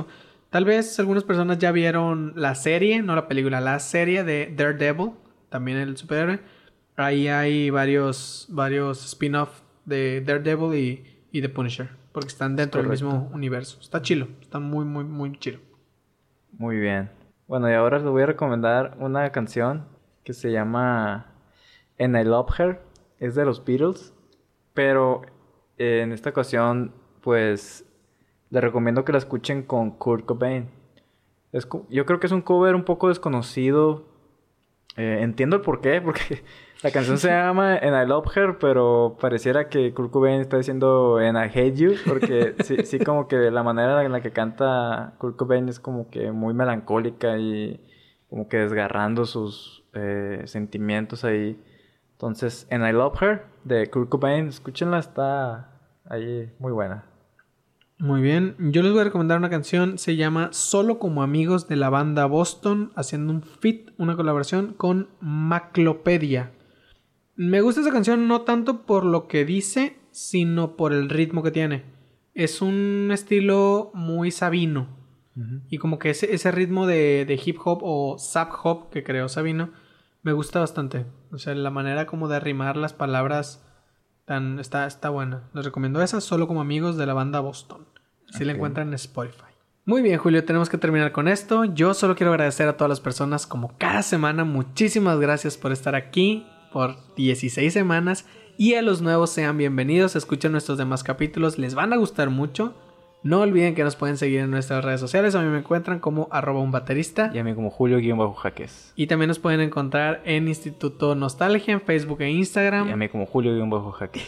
Tal vez algunas personas ya vieron la serie, no la película, la serie de Daredevil, también el superhéroe. Ahí hay varios, varios spin-off de Daredevil y, y The Punisher, porque están dentro del mismo universo. Está chilo, está muy, muy, muy chilo. Muy bien. Bueno, y ahora les voy a recomendar una canción que se llama And I Love Her. Es de los Beatles, pero eh, en esta ocasión, pues, les recomiendo que la escuchen con Kurt Cobain. Es, yo creo que es un cover un poco desconocido. Eh, entiendo el porqué, porque la canción se llama And I Love Her, pero pareciera que Kurt Cobain está diciendo And I Hate You, porque sí, sí como que la manera en la que canta Kurt Cobain es como que muy melancólica y como que desgarrando sus eh, sentimientos ahí. Entonces, And I Love Her de Kurt Cobain, escúchenla, está ahí muy buena. Muy bien, yo les voy a recomendar una canción, se llama Solo como amigos, de la banda Boston, haciendo un feat, una colaboración con Maclopedia. Me gusta esa canción no tanto por lo que dice, sino por el ritmo que tiene. Es un estilo muy Sabino. Uh-huh. Y como que ese, ese ritmo de, de hip hop o zap hop que creó Sabino me gusta bastante. O sea, la manera como de arrimar las palabras tan, está, está buena. Les recomiendo esa, Solo como amigos, de la banda Boston. Si okay. La encuentran en Spotify. Muy bien, Julio, tenemos que terminar con esto. Yo solo quiero agradecer a todas las personas, como cada semana. Muchísimas gracias por estar aquí por dieciséis semanas. Y a los nuevos, sean bienvenidos. Escuchen nuestros demás capítulos, les van a gustar mucho. No olviden que nos pueden seguir en nuestras redes sociales. A mí me encuentran como arroba un baterista. Y a mí como Julio-Jaques. Y también nos pueden encontrar en Instituto Nostalgia, en Facebook e Instagram. Y a mí como Julio-Jaques.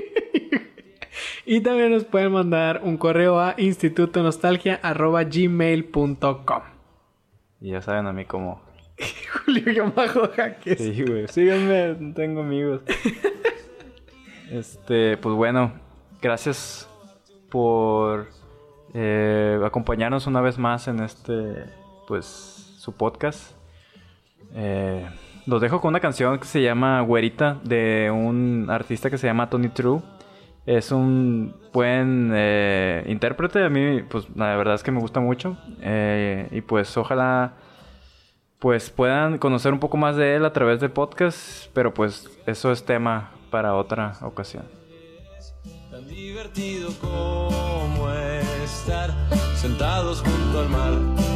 Y también nos pueden mandar un correo a institutonostalgia arroba gmail punto com. Y ya saben a mí como Julio-Jaques. Sí, güey. Síganme, no tengo amigos. Este, pues bueno, gracias por eh, acompañarnos una vez más en este, pues, su podcast. Eh, los dejo con una canción que se llama Güerita, de un artista que se llama Tony True. Es un buen eh, intérprete. A mí, pues, la verdad es que me gusta mucho. Eh, y pues, ojalá pues puedan conocer un poco más de él a través del podcast. Pero pues, eso es tema para otra ocasión. Tan divertido como estar sentados junto al mar.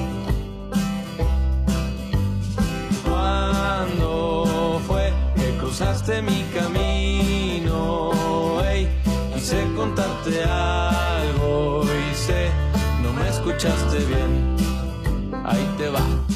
¿Cuándo fue que cruzaste mi camino? Hey, quise contarte algo y sé, no me escuchaste bien. Ahí te va.